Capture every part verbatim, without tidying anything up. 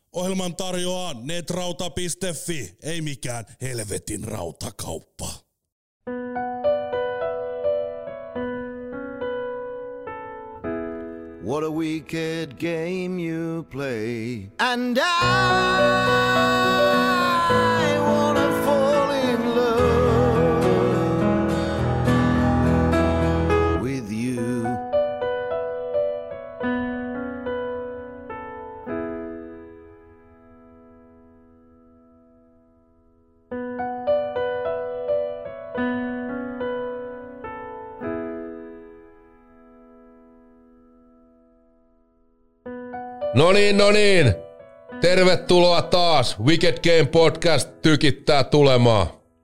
Ohjelman tarjoaa netrauta piste fi, ei mikään helvetin rautakauppa. What a wicked game you play. And I wanna fall in love with you. No niin, no niin. Tervetuloa taas. Wicked Game Podcast tykittää tulemaan.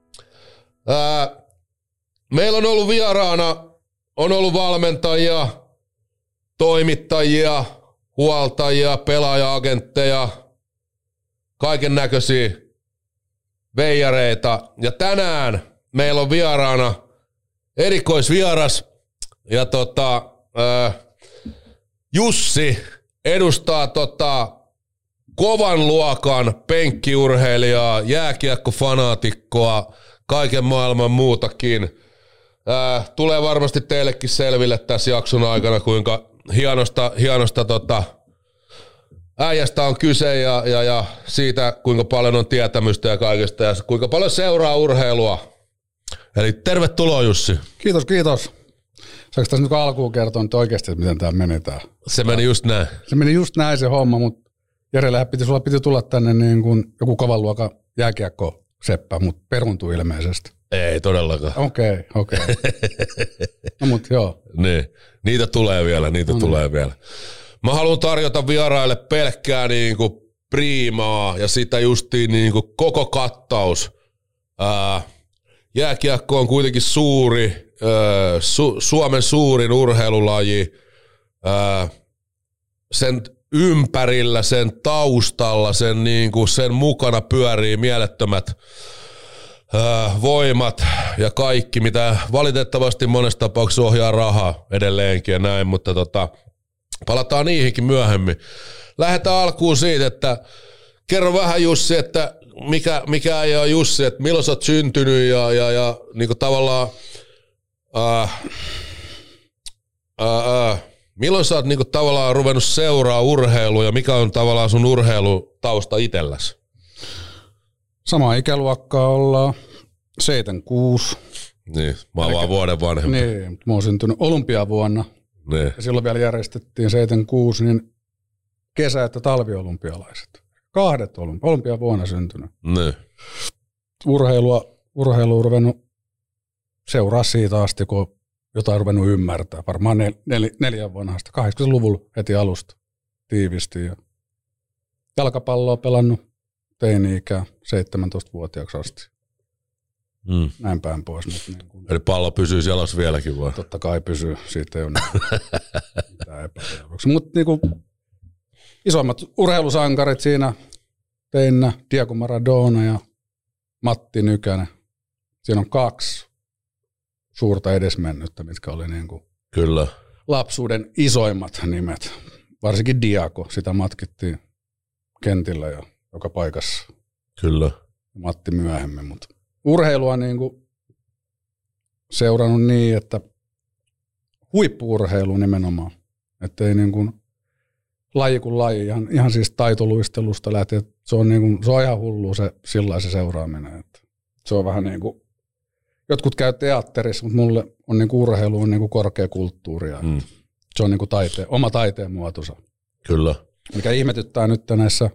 Ää, meillä on ollut vieraana, on ollut valmentajia, toimittajia, huoltajia, pelaaja-agentteja, kaiken näköisiä veijareita. Ja tänään meillä on vieraana erikoisvieras ja tota, ää, Jussi edustaa tota kovan luokan penkkiurheilijaa, jääkiekkofanaatikkoa, kaiken maailman muutakin. Ää, tulee varmasti teillekin selville tässä jakson aikana, kuinka hienosta, hienosta tota, äijästä on kyse ja, ja, ja siitä, kuinka paljon on tietämystä ja kaikesta ja kuinka paljon seuraa urheilua. Eli tervetuloa Jussi. Kiitos, kiitos. Saanko tässä nyt alkuun kertoa nyt oikeasti, että miten tämä meni tää? Se meni just näin. Se meni just näin se homma, mutta Jerellähän piti, sulla piti tulla tänne niin kuin joku kovan luokan jääkiekko-seppä, mutta peruntui ilmeisesti. Ei todellakaan. Okei, okay, okei. Okay. No mut joo. Niin, niitä tulee vielä, niitä no, tulee niin. vielä. Mä haluan tarjota vieraille pelkkää niin kuin priimaa ja sitä justiin niin kuin koko kattaus. Ää, jääkiekko on kuitenkin suuri, ää, su, Suomen suurin urheilulaji. Ää, sen ympärillä, sen taustalla, sen, niin kuin, sen mukana pyörii mielettömät ää, voimat ja kaikki, mitä valitettavasti monessa tapauksessa ohjaa rahaa edelleenkin ja näin, mutta tota, palataan niihinkin myöhemmin. Lähdetään alkuun siitä, että kerro vähän Jussi, että mikä, mikä ei ole Jussi, että milloin sä oot syntynyt ja, ja, ja niin kuin tavallaan ää, ää, ää, milloin sä oot niinku tavallaan ruvennut seuraa urheilua ja mikä on tavallaan sun urheilutausta itselläsi? Sama ikäluokkaa ollaan, seitsemänkymmentäkuusi. Niin, mä oon vaan vuoden vanhempi. Niin, mutta mä oon syntynyt olympiavuonna. Niin. Ja silloin vielä järjestettiin seitsemänkymmentäkuusi, niin kesä- että talviolympialaiset. Kahdet olympi- olympiavuonna syntynyt. Niin. Urheilua, urheilua ruvennut seuraa siitä asti, kun jotain ruvennut ymmärtää. Varmaan nel, nel, neljän vanhasta, kahdeksankymmentäluvulla heti alusta tiivisti. Ja jalkapalloa pelannut teini-ikää seitsemäntoistavuotiaaksi asti. Mm. Näin päin pois. Mutta niin kun, eli pallo pysyy jalassa vieläkin vai? Totta kai pysyy, siitä ei ole mitään epäilyksiä. Mutta niin isoimmat urheilusankarit siinä teinnä, Diego Maradona ja Matti Nykänen. Siinä on kaksi suurta edesmennyttä, mitkä oli niin kuin Kyllä. lapsuuden isoimmat nimet. Varsinkin Diego, sitä matkittiin kentillä ja joka paikassa. Kyllä. Matti myöhemmin, mutta urheilua niin kuin seurannut niin, että huippu-urheilu nimenomaan. Että ei niin kuin laji kuin laji, ihan, ihan siis taitoluistelusta lähtien. Se on, niin kuin, se on ihan hullu se, sillä se seuraaminen. Että se on vähän niin kuin jotkut käy teatterissa, mutta mulle on niinku urheilu on niinku korkea kulttuuria. Mm. Se on niinku taite, oma taiteen muotonsa. Kyllä. Mikä ihmetyttää nyt näissä,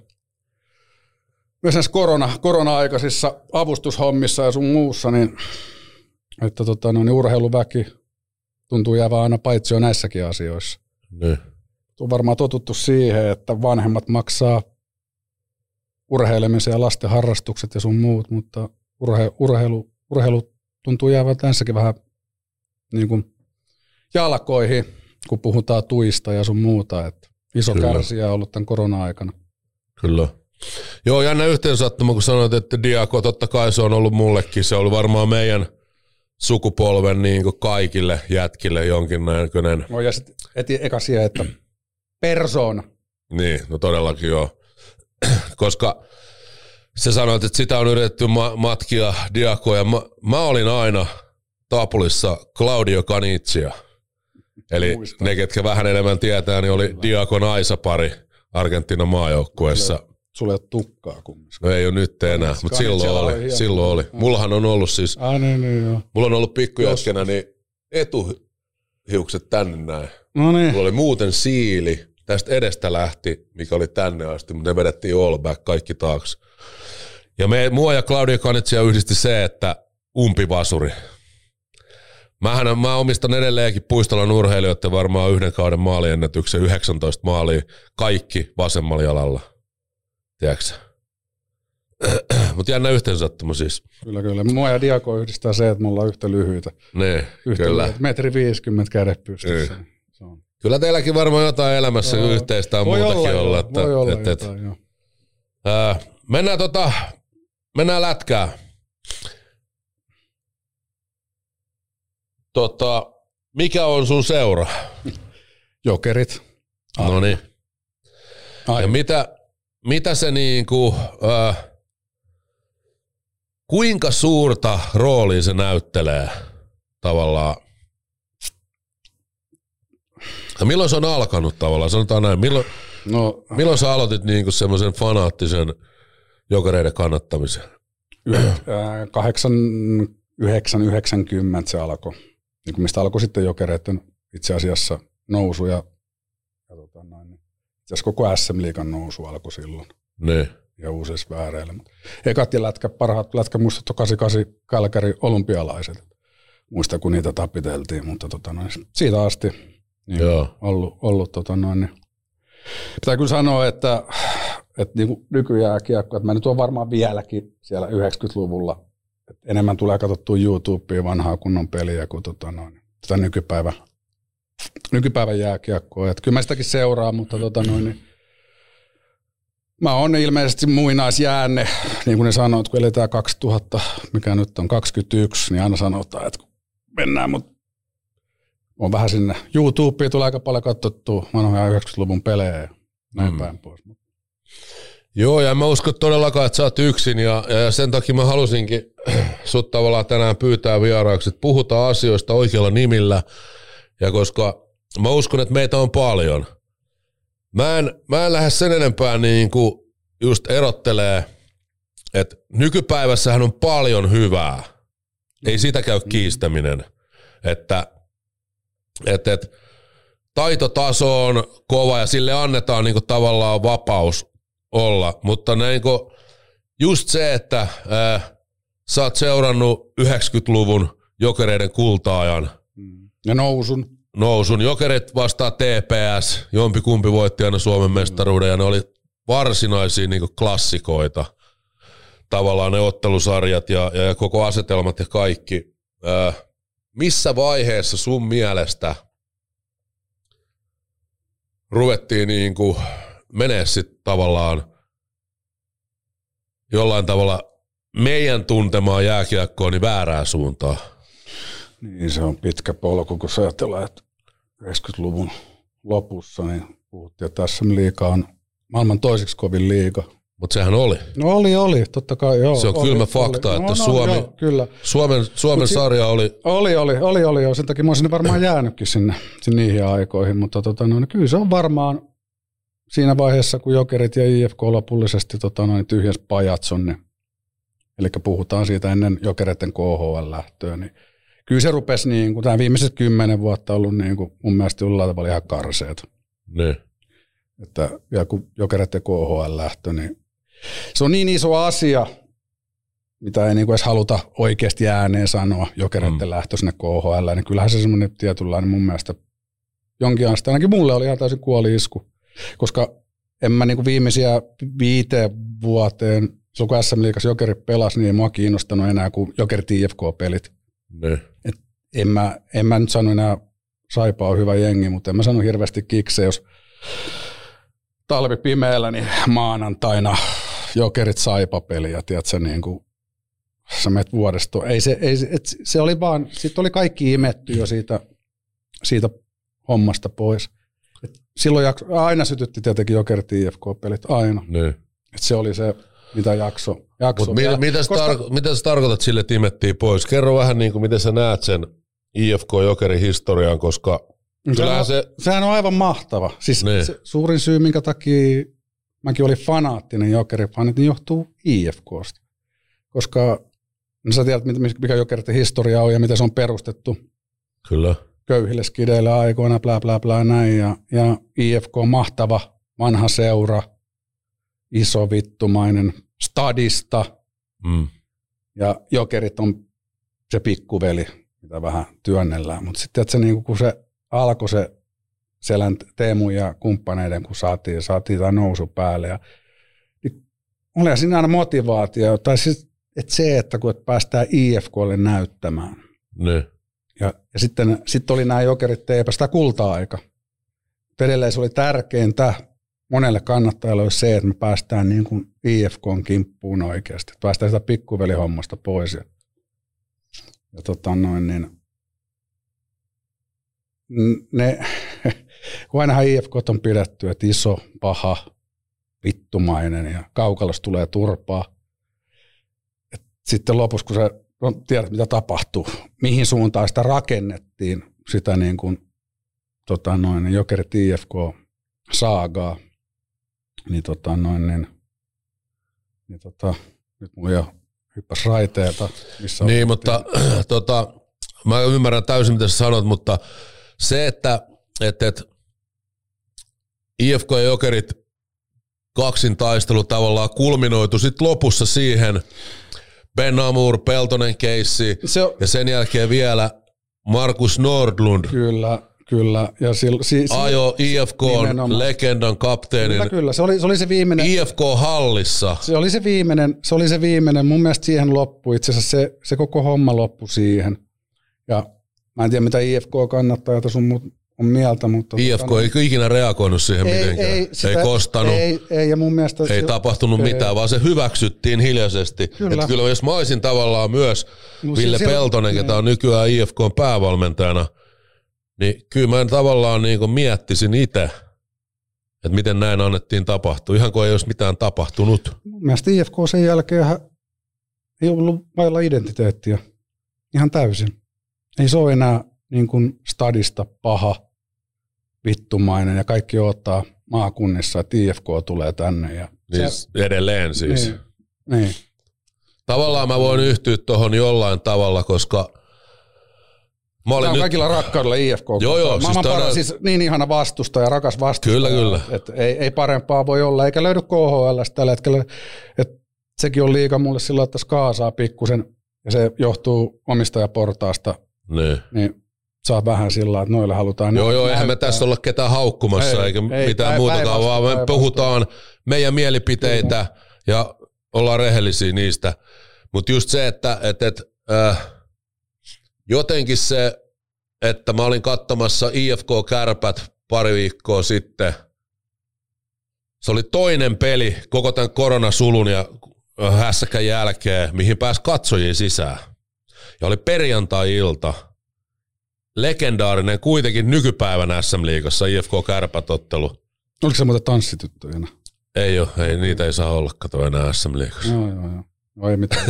myös näissä korona, korona-aikaisissa avustushommissa ja sun muussa, niin, että tota, no, niin urheiluväki tuntuu jäävän aina paitsi jo näissäkin asioissa. Ne. On varmaan totuttu siihen, että vanhemmat maksaa urheilemisen ja lasten harrastukset ja sun muut, mutta urhe, urheilu, urheilu tuntuu jäävän tässäkin vähän niin kuin jalkoihin, kun puhutaan tuista ja sun muuta. Että iso Kyllä. kärsijä on ollut tämän korona-aikana. Kyllä. Joo, jännä yhteensattuma, kun sanoit, että Diego, totta kai se on ollut mullekin. Se oli varmaan meidän sukupolven niin kuin kaikille jätkille jonkinnäköinen. No ja sitten eka siihen, että persoona. Niin, no todellakin joo. koska sä sanoit, että sitä on yritetty ma- matkia Diakoa, ja mä, mä olin aina Tapulissa Claudio Canizia. Eli Muistan. Ne, ketkä vähän enemmän tietää, niin oli Kyllä. Diaco Naisa-pari Argentiinan maajoukkueessa. Sulla ei ole tukkaa kumminkaan. No ei ole nyt enää, mutta silloin oli. Silloin oli. Mullahan on ollut siis, ah, niin, niin, joo. mulla on ollut pikkujätkänä niin etuhiukset tänne näin. No niin. Mulla oli muuten siili, tästä edestä lähti, mikä oli tänne asti, mutta ne vedettiin all back, kaikki taakse. Ja me, mua ja Claudio Canizia yhdisti se, että umpivasuri. Mähän, mä omistan edelleenkin Puistolan urheilijoiden varmaan yhden kauden maaliennätyksen, yhdeksäntoista maalia, kaikki vasemmalla jalalla. Tiedätkö? Mutta jännä yhteensattuma siis. Kyllä, kyllä. Mua ja Diaco yhdistää se, että me ollaan yhtä lyhyitä. Ne, yhtä kyllä. Lyhyitä. Metri viisikymmentä kädet pystyssä. Kyllä teilläkin varmaan jotain elämässä no, yhteistä on muutakin olla. olla että, voi olla että, jotain, että, ää, mennään, tota, mennään lätkään. Tota, mikä on sun seura? Jokerit. No niin. Ja mitä, mitä se niinku, äh, kuinka suurta roolia se näyttelee tavallaan? Ja milloin se on alkanut tavallaan? Sanotaan näin, milloin, no, milloin sä aloitit niinku semmoisen fanaattisen Jokereiden kannattamisen? kahdeksankymmentäyhdeksän yhdeksänkymmentä se alkoi. Niin mistä alkoi sitten Jokereiden itse asiassa nousu ja, ja tota noin, itse asiassa koko S M-liigan nousu alkoi silloin. Ne. Ja uusissa vääreillä. Ekat ja lätkä, parhaat lätkämuistot on kahdeksankymmentäkahdeksan Kälkäri olympialaiset. Muista kun niitä tapiteltiin, mutta tota noin, siitä asti niin ollut, ollut tota noin, niin. Pitää kyllä sanoa, että, että niin nykyjääkiekko, että mä nyt on varmaan vieläkin siellä yhdeksänkymmentäluvulla. Enemmän tulee katsottua YouTubea vanhaa kunnon peliä kuin tota noin, tätä nykypäivä, nykypäivän jääkiekkoa. Että kyllä mä sitäkin seuraan, mutta tota noin, niin mä oon ilmeisesti muinaisjäänne, niin kuin ne sanoo, että kun eletään kaksituhatta, mikä nyt on kaksikymmentäyksi, niin aina sanotaan, että kun mennään, mutta on vähän sinne YouTubea, tulee aika paljon katsottua vanhoja yhdeksänkymmentäluvun pelejä ja näin mm. päin pois. Joo, ja mä uskon todellakaan, että sä oot yksin, ja, ja sen takia mä halusinkin sut tavallaan tänään pyytää vieraaksi, että puhutaan asioista oikealla nimillä, ja koska mä uskon, että meitä on paljon. Mä en, mä en lähde sen enempää niin kuin just erottelee, että nykypäivässähän on paljon hyvää. Ei sitä käy kiistäminen, että et, et, taitotaso on kova ja sille annetaan niin kuin tavallaan vapaus olla, mutta niin kuin just se, että ää, sä oot seurannut yhdeksänkymmentäluvun Jokereiden kulta-ajan. Ja nousun. Nousun. Jokerit vastaa T P S, jompikumpi voitti aina Suomen mestaruuden ja ne oli varsinaisia niin kuin klassikoita. Tavallaan ne ottelusarjat ja, ja koko asetelmat ja kaikki. Ää, missä vaiheessa sun mielestä ruvettiin niin kuin menee sitten tavallaan jollain tavalla meidän tuntemaan jääkiekkoon niin väärään suuntaan? Niin se on pitkä polku, kun sä ajatellaan, että yhdeksänkymmentäluvun lopussa niin puhuttiin, että tässä liiga on maailman toiseksi kovin liiga. Mutta sehän oli. No oli, oli, totta kai joo. Se on oli, kylmä fakta, oli. että no, no, Suomi, joo, kyllä. Suomen, Suomen si- sarja oli... Oli, oli, oli, oli joo. Sen takia mä olisin varmaan jäänytkin sinne, sinne niihin aikoihin, mutta tota, no, kyllä se on varmaan siinä vaiheessa, kun Jokerit ja I F K lopullisesti tota, no, tyhjäs Pajatson, niin, eli puhutaan siitä ennen Jokereiden K H L-lähtöä, niin kyllä se rupesi, niin kuin tämä viimeiset kymmenen vuotta ollut niin kuin, mun mielestä jollain tavalla ihan karseet. Ne. Että, ja kun Jokereiden K H L-lähtö, niin se on niin iso asia, mitä ei niin kuin edes haluta oikeasti ääneen sanoa Jokereiden mm. lähtö sinne K H L, niin kyllähän se semmoinen tietynlainen mun mielestä jonkin aina, ainakin mulle oli ihan täysin kuoli-isku, koska en mä niin kuin viimeisiä viiteen vuoteen, silloin kun S M-liigassa Jokerit pelasi, niin ei mua kiinnostanut enää kuin Jokerit I F K-pelit. Et en, mä, en mä nyt sano enää Saipa on hyvä jengi, mutta en mä sano hirveästi kikse, jos talvi pimeällä, niin maanantaina Jokerit Saipa-peliä, tiedätkö, niin kuin sä menet vuodesta. Ei se, ei, et se oli vaan, sitten oli kaikki imetty jo siitä, siitä hommasta pois. Et silloin jakso, aina sytytti tietenkin Jokerit I F K-pelit, aina. Ne. se oli se, mitä jakso. jakso Mut mi- mitä, sä Koska... tar- mitä sä tarkoitat sille, että imettiin pois? Kerro vähän, niin kuin, miten sä näet sen I F K Jokerin historian, koska sehän, se... sehän on aivan mahtava. Siis niin. se suurin syy, minkä takia mäkin olin fanaattinen Jokeri-fanit, niin johtuu I F K:sta. Koska no sä tiedät, mikä Jokerin historia on ja miten se on perustettu. Kyllä. Köyhille skideille aikoina, bla bla bla näin. Ja, ja I F K on mahtava, vanha seura, iso vittumainen, stadista. Mm. Ja Jokerit on se pikkuveli, mitä vähän työnnellään. Mutta sitten että se, niin kun se alkoi se Selän Teemu ja kumppaneiden, kun saatiin, saatiin tämä nousu päälle. Ja, niin oli siinä aina motivaatio, tai siis, että se, että kun et päästään I F K:lle näyttämään. Ne. Ja, ja sitten, sitten oli nämä Jokerit eipä sitä kulta-aika. Edelleen se oli tärkeintä monelle kannattajalle olisi se, että me päästään niin kuin I F K:n kimppuun oikeasti. Että päästään sitä pikkuvelihommasta pois. Ja, ja tota noin, niin ne, kun ainahan I F K on pidetty, että iso, paha, vittumainen ja kaukalossa tulee turpaa. Et sitten lopussa, kun sä no, tiedät, mitä tapahtuu, mihin suuntaan sitä rakennettiin, sitä niin kuin tota noin, Jokerit I F K-saagaa, niin, tota noin, niin, niin tota, nyt mulla jo hyppäsi raiteelta. Missä niin, mutta tota, mä ymmärrän täysin, mitä sä sanot, mutta se, että et, et I F K ja Jokerit kaksintaistelu tavallaan kulminoitu sit lopussa siihen Ben Amur, Peltonen keissi ja sen jälkeen vielä Markus Nordlund. Kyllä, kyllä. Ja sil, si, si, ajo I F K:n legendan kapteenin. Kyllä, kyllä. Se oli, se oli se viimeinen. I F K-hallissa. Se oli se viimeinen, se oli se viimeinen. Mun mielestä siihen loppui. Itse asiassa se, se koko homma loppui siihen. Ja mä en tiedä, mitä I F K kannattaa, jota sun on mieltä. Mutta I F K ei ikinä reagoinut siihen ei, mitenkään. Ei, sitä, ei kostanut. Ei, ei, ja mun mielestä ei se, tapahtunut ei, mitään, vaan se hyväksyttiin hiljaisesti. Kyllä, että kyllä jos mä olisin tavallaan myös no, Ville se, Peltonen, ketä on nykyään I F K:n päävalmentajana, niin kyllä mä tavallaan niin kuin miettisin itse, että miten näin annettiin tapahtua, ihan kuin ei olisi mitään tapahtunut. Mun mielestä I F K sen jälkeen ei ollut vailla identiteettiä ihan täysin. Ei se ole enää niin kuin stadista paha, vittumainen ja kaikki odottaa maakunnissa, että I F K tulee tänne. Ja niin se, edelleen siis. Niin, niin. Tavallaan mä voin yhtyä tuohon jollain tavalla, koska mä olin Tämä on nyt... kaikilla rakkaudella I F K. Joo, joo. Maailman Siis, paras, siis niin ihana vastustaja, rakas vastustaja. Kyllä, kyllä. Että ei, ei parempaa voi olla, eikä löydy K H L:stä tällä hetkellä. Että sekin on liiga mulle sillä, että skaasaa pikkusen, ja se johtuu omistajaportaasta. Niin. Niin saa vähän sillä, että noille halutaan Joo, joo, eihän me tässä olla ketään haukkumassa, ei, eikä ei, mitään päin, muutakaan, päin vaan me puhutaan meidän mielipiteitä Kyllä. ja ollaan rehellisiä niistä. Mutta just se, että et, et, äh, jotenkin se, että mä olin katsomassa I F K-kärpät pari viikkoa sitten, se oli toinen peli koko tämän koronasulun ja hässäkän jälkeen, mihin pääsi katsojiin sisään. Ja oli perjantai-ilta. Legendaarinen kuitenkin nykypäivänä S M-liigassa I F K-kärpätottelu. Oliko se muuten tanssityttöjä? Ei ole, ei, niitä ei saa olla, kato enää S M-liigassa. Joo, joo, joo. No ei mitään.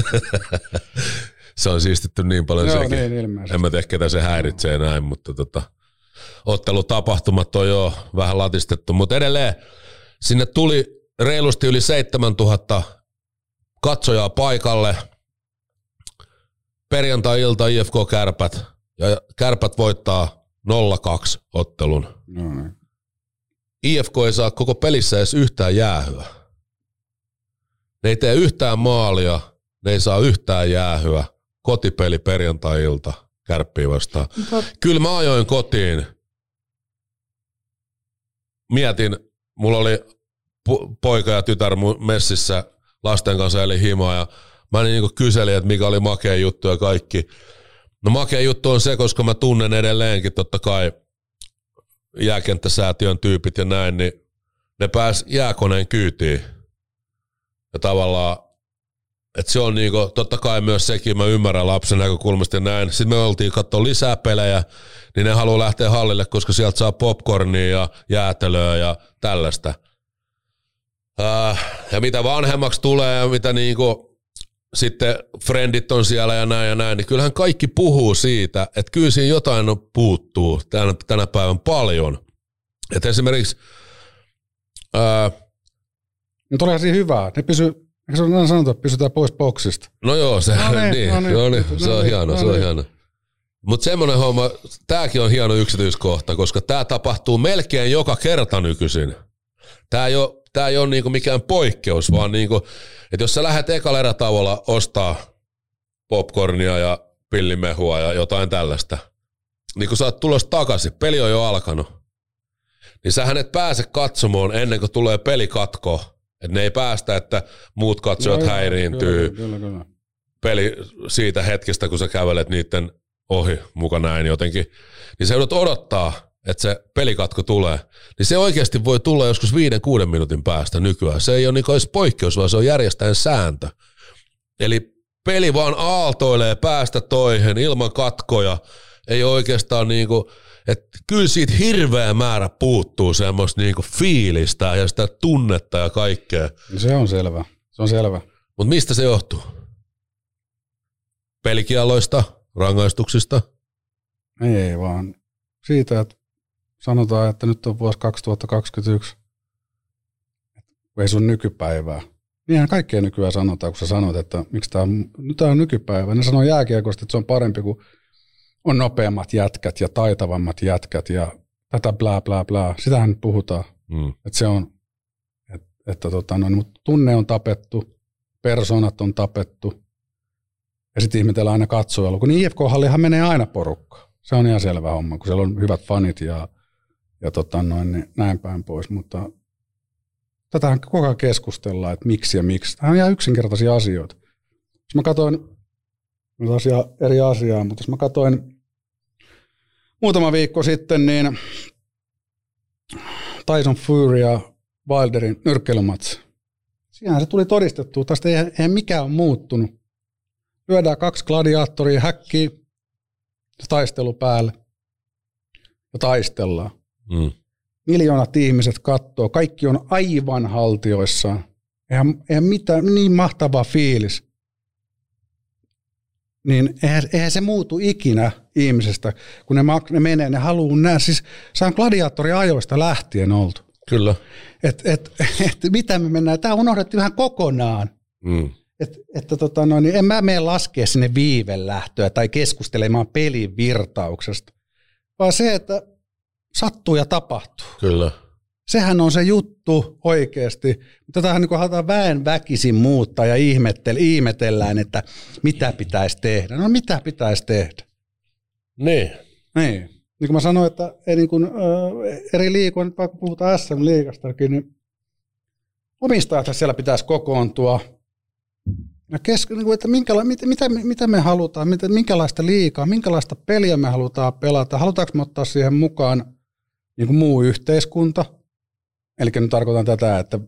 Se on siistitty niin paljon joo, sekin. Niin, ilmeisesti. En mä tiedä, ketä se häiritsee no. näin, mutta tota, ottelutapahtumat on jo vähän latistettu. Mutta edelleen sinne tuli reilusti yli seitsemäntuhatta katsojaa paikalle. Perjantai-ilta I F K-kärpät. Ja Kärpät voittaa nolla kaksi ottelun. No niin. I F K ei saa koko pelissä edes yhtään jäähyä. Ne ei tee yhtään maalia, ne ei saa yhtään jäähyä. Kotipeli perjantai-ilta Kärppiä vastaan. Mutta... Kyllä mä ajoin kotiin. Mietin, mulla oli poika ja tytär messissä lasten kanssa eli himaa ja mä niin kyselin, että mikä oli makea juttu ja kaikki. No makea juttu on se, koska mä tunnen edelleenkin totta kai jääkenttäsäätiön tyypit ja näin, niin ne pääs jääkoneen kyytiin. Ja tavallaan, että se on niinku, totta kai myös sekin, mä ymmärrän lapsen näkökulmasta ja näin. Sitten me oltiin katsoa lisää pelejä, niin ne haluaa lähteä hallille, koska sieltä saa popcornia ja jäätelöä ja tällaista. Äh, ja mitä vanhemmaksi tulee ja mitä niinku sitten friendit on siellä ja näin ja näin, niin kyllähän kaikki puhuu siitä, että kyllä siinä jotain puuttuu tänä, tänä päivän paljon. Että esimerkiksi ää, Mutta olihan siinä hyvää. Ne pysy, eikö se ole sanottu, että pysytään pois boksista? no joo, se, no niin, niin, no niin, no niin, se no on niin, hieno, no se on niin. hieno. Mutta semmoinen homma, tämäkin on hieno yksityiskohta, koska tämä tapahtuu melkein joka kerta nykyisin. Tämä ei ole, tää ei ole niinku mikään poikkeus, vaan niinku, että jos sä lähdet ekalla erätauolla ostaa popcornia ja pillimehua ja jotain tällaista, niin kun sä oot tulossa takaisin, peli on jo alkanut, niin sähän et pääse katsomaan ennen kuin tulee pelikatko. Että ne ei päästä, että muut katsojat No, häiriintyy. Kyllä, kyllä, kyllä. Peli siitä hetkestä, kun sä kävelet niiden ohi muka näin jotenkin, niin sä joudut odottaa, että se pelikatko tulee. Niin se oikeasti voi tulla joskus viiden, kuuden minuutin päästä nykyään. Se ei ole niin edes poikkeus, vaan se on järjestäjän sääntö. Eli peli vaan aaltoilee päästä toihin ilman katkoja. Ei oikeastaan niinku, että kyllä siitä hirveä määrä puuttuu semmoista niinku fiilistä ja sitä tunnetta ja kaikkea. Se on selvä, se on selvä. Mutta mistä se johtuu? Pelikialoista, rangaistuksista? Ei vaan siitä, että sanotaan, että nyt on vuosi kaksituhattakaksikymmentäyksi. Ei se on nykypäivää. Niinhän kaikkea nykyään sanotaan, kun sä sanot, että miksi tämä on, nyt on nykypäivä. Ne sanoo jääkiekosta, että se on parempi, kun on nopeammat jätkät ja taitavammat jätkät ja tätä blää blää blää. Sitähän nyt puhutaan. Mm. Että se on, että, että tota, no, mutta tunne on tapettu, persoonat on tapettu ja sitten ihmetellään aina katsojalla. Kun I F K-hallihan menee aina porukka. Se on ihan selvä homma, kun siellä on hyvät fanit ja, ja tota, noin, niin näin päin pois. Mutta tätähän koko ajan keskustellaan, että miksi ja miksi. Tämä on ihan yksinkertaisia asioita. Jos mä katsoin, asia, eri asiaa, mutta jos mä katsoin muutama viikko sitten, niin Tyson Fury ja Wilderin nyrkkeilymatsi. Siinähän se tuli todistettua. Tästä ei, eihän mikään ole muuttunut. Lyödään kaksi gladiaattoria häkkiä, taistelu päälle ja taistellaan. Mm. Miljoonat ihmiset katsoo, kaikki on aivan haltioissaan. Eihän, eihän mitään, niin mahtava fiilis. Niin eihän, eihän se muutu ikinä ihmisestä, kun ne, ne menee, ne haluaa nähdä. Siis se on gladiaattoriajoista lähtien oltu. Kyllä. Että et, et, mitä me mennään, tämä unohdettiin vähän kokonaan. Mm. Et, että tota noin, niin en mä mene laskea sinne viivelähtöä tai keskustelemaan pelin virtauksesta, vaan se, että sattuu ja tapahtuu. Kyllä. Sehän on se juttu oikeasti. Tätähän niin halutaan väen väkisin muuttaa ja ihmetellään, että mitä pitäisi tehdä. No mitä pitäisi tehdä? Niin. Niin. Niin kuin mä sanoin, että niin kuin, ö, eri liikoja, nyt vaikka puhutaan S M-liigastakin, niin omistajat siellä pitäisi kokoontua. Ja kesk, niin kuin, että minkäla, mit, mitä, mitä me halutaan, mitä, minkälaista liigaa, minkälaista peliä me halutaan pelata. Halutaanko me ottaa siihen mukaan niin kuin muu yhteiskunta? Eli nyt tarkoitan tätä, että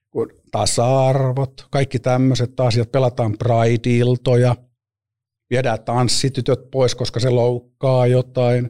tasa-arvot, kaikki tämmöiset asiat, pelataan Pride-iltoja, viedään tanssitytöt pois, koska se loukkaa jotain.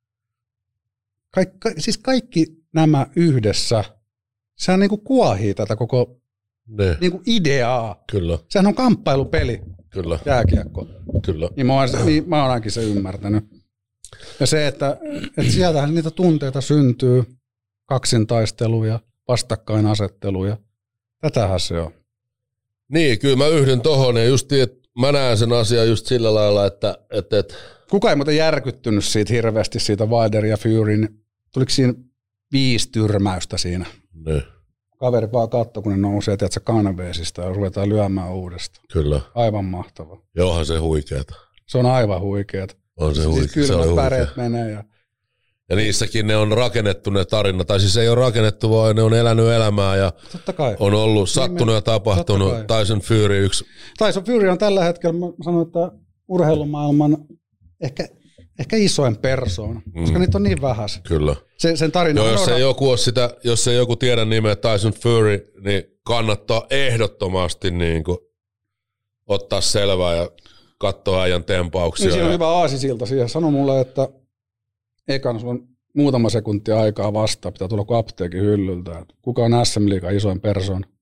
Kaikki, siis kaikki nämä yhdessä, sehän niin kuin kuohii tätä koko niin kuin ideaa. Kyllä. Sehän on kamppailupeli, Kyllä. jääkiekko. Kyllä. Niin mä oon, niin mä oon ainakin se ymmärtänyt. Ja se, että, että sieltähän niitä tunteita syntyy, kaksintaisteluja, vastakkainasetteluja. Tätähän se on. Niin, kyllä mä yhdyn tohon ja just, että mä näen sen asian just sillä lailla, että... että, että kuka ei muuten järkyttynyt siitä hirveästi, siitä Wilder ja Furyn. Tuliko siinä viisi tyrmäystä siinä? Ne. Kaveri vaan katsoi, kun ne nousee, tiedätkö, kanveesista ja ruvetaan lyömään uudestaan. Kyllä. Aivan mahtava. Johan se huikeeta. Se on aivan huikeeta. On se huikea. Siis kylmät päreet huikea. menee. Ja... ja niissäkin ne on rakennettu ne tarinat, tai siis ei ole rakennettu, vaan ne on elänyt elämää ja totta kai. on ollut sattunut ja tapahtunut. Tyson Fury yksi. Tyson Fury on tällä hetkellä, mä sanon, että urheilumaailman ehkä, ehkä isoin persoona, mm. koska niitä on niin vähäs. Kyllä. Se, sen tarina Joo, jos, on ei joku ole sitä, jos ei joku tiedä nimeä Tyson Fury, niin kannattaa ehdottomasti niin kuin ottaa selvää ja katsoa äijän tempauksia. Niin siinä on ja... hyvä aasisilta siihen. Sano mulle, että ekana sulla on muutama sekuntia aikaa vastaa, pitää tulla kuin apteekin hyllyltä. Kuka on S M-liigan isoin persoona?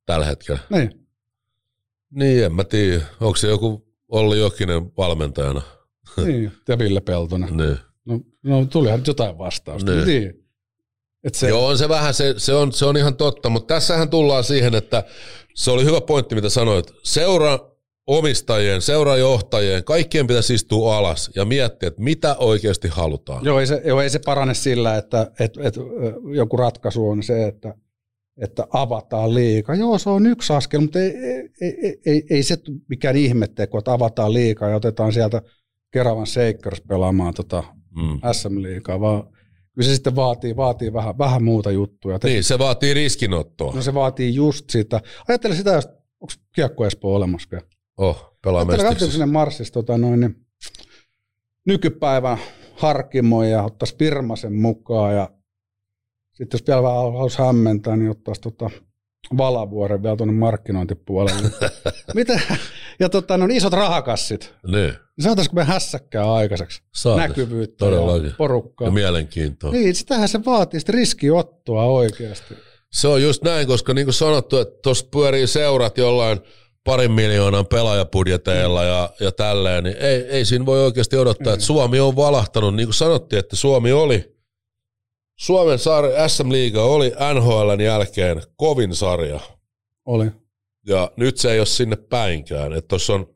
tällä hetkellä. Niin. Niin, en mä tiedä. Onko se joku Olli Jokinen valmentajana? Niin, ja Ville Peltonen. Niin. No, no tulihan nyt jotain vastausta. Niin. Niin. Et se, Joo, on se vähän, se, se, on, se on ihan totta, mutta tässähän tullaan siihen, että se oli hyvä pointti, mitä sanoit. Seura omistajien, seurajohtajien, kaikkien pitäisi istua alas ja miettiä, että mitä oikeasti halutaan. Joo, ei se, joo, ei se parane sillä, että et, et, joku ratkaisu on se, että, että avataan liikaa. Joo, se on yksi askel, mutta ei, ei, ei, ei, ei se mikään ihmetteko, että avataan liikaa ja otetaan sieltä Keravan Shakers pelaamaan tota mm. S M-liigaa, vaan kyllä se sitten vaatii, vaatii vähän, vähän muuta juttuja. Niin, se vaatii riskinottoa. No se vaatii just sitä. Ajattele sitä, onko Kiekko Espoo olemassa vielä? Oh, pelaa mestiksessä. Ajattele sinne Marssissa tota, noin, niin, nykypäivän Harkimo ja ottaisi Pirmasen mukaan ja sitten jos vielä vähän haluaisi hämmentää, niin ottaisi tota Valavuoren vielä tuonne markkinointipuolelle. Mitä? Ja tota, no, isot rahakassit. Niin. Saataisiko me hässäkkää aikaiseksi? Saatais. Näkyvyyttä todellakin. Ja porukkaa. Ja mielenkiintoa. Niin, sitähän se vaatii, sitten riskiottoa oikeasti. Se on just näin, koska niin kuin sanottu, että tuossa pyörii seurat jollain parin miljoonan pelaajapudjeteilla ja, ja tälleen, niin ei, ei siinä voi oikeasti odottaa, että Suomi on valahtanut. Niin kuin sanottiin, että Suomi oli, Suomen sarja, S M-liiga oli N H L:n jälkeen kovin sarja. Oli. Ja nyt se ei ole sinne päinkään. Että tuossa on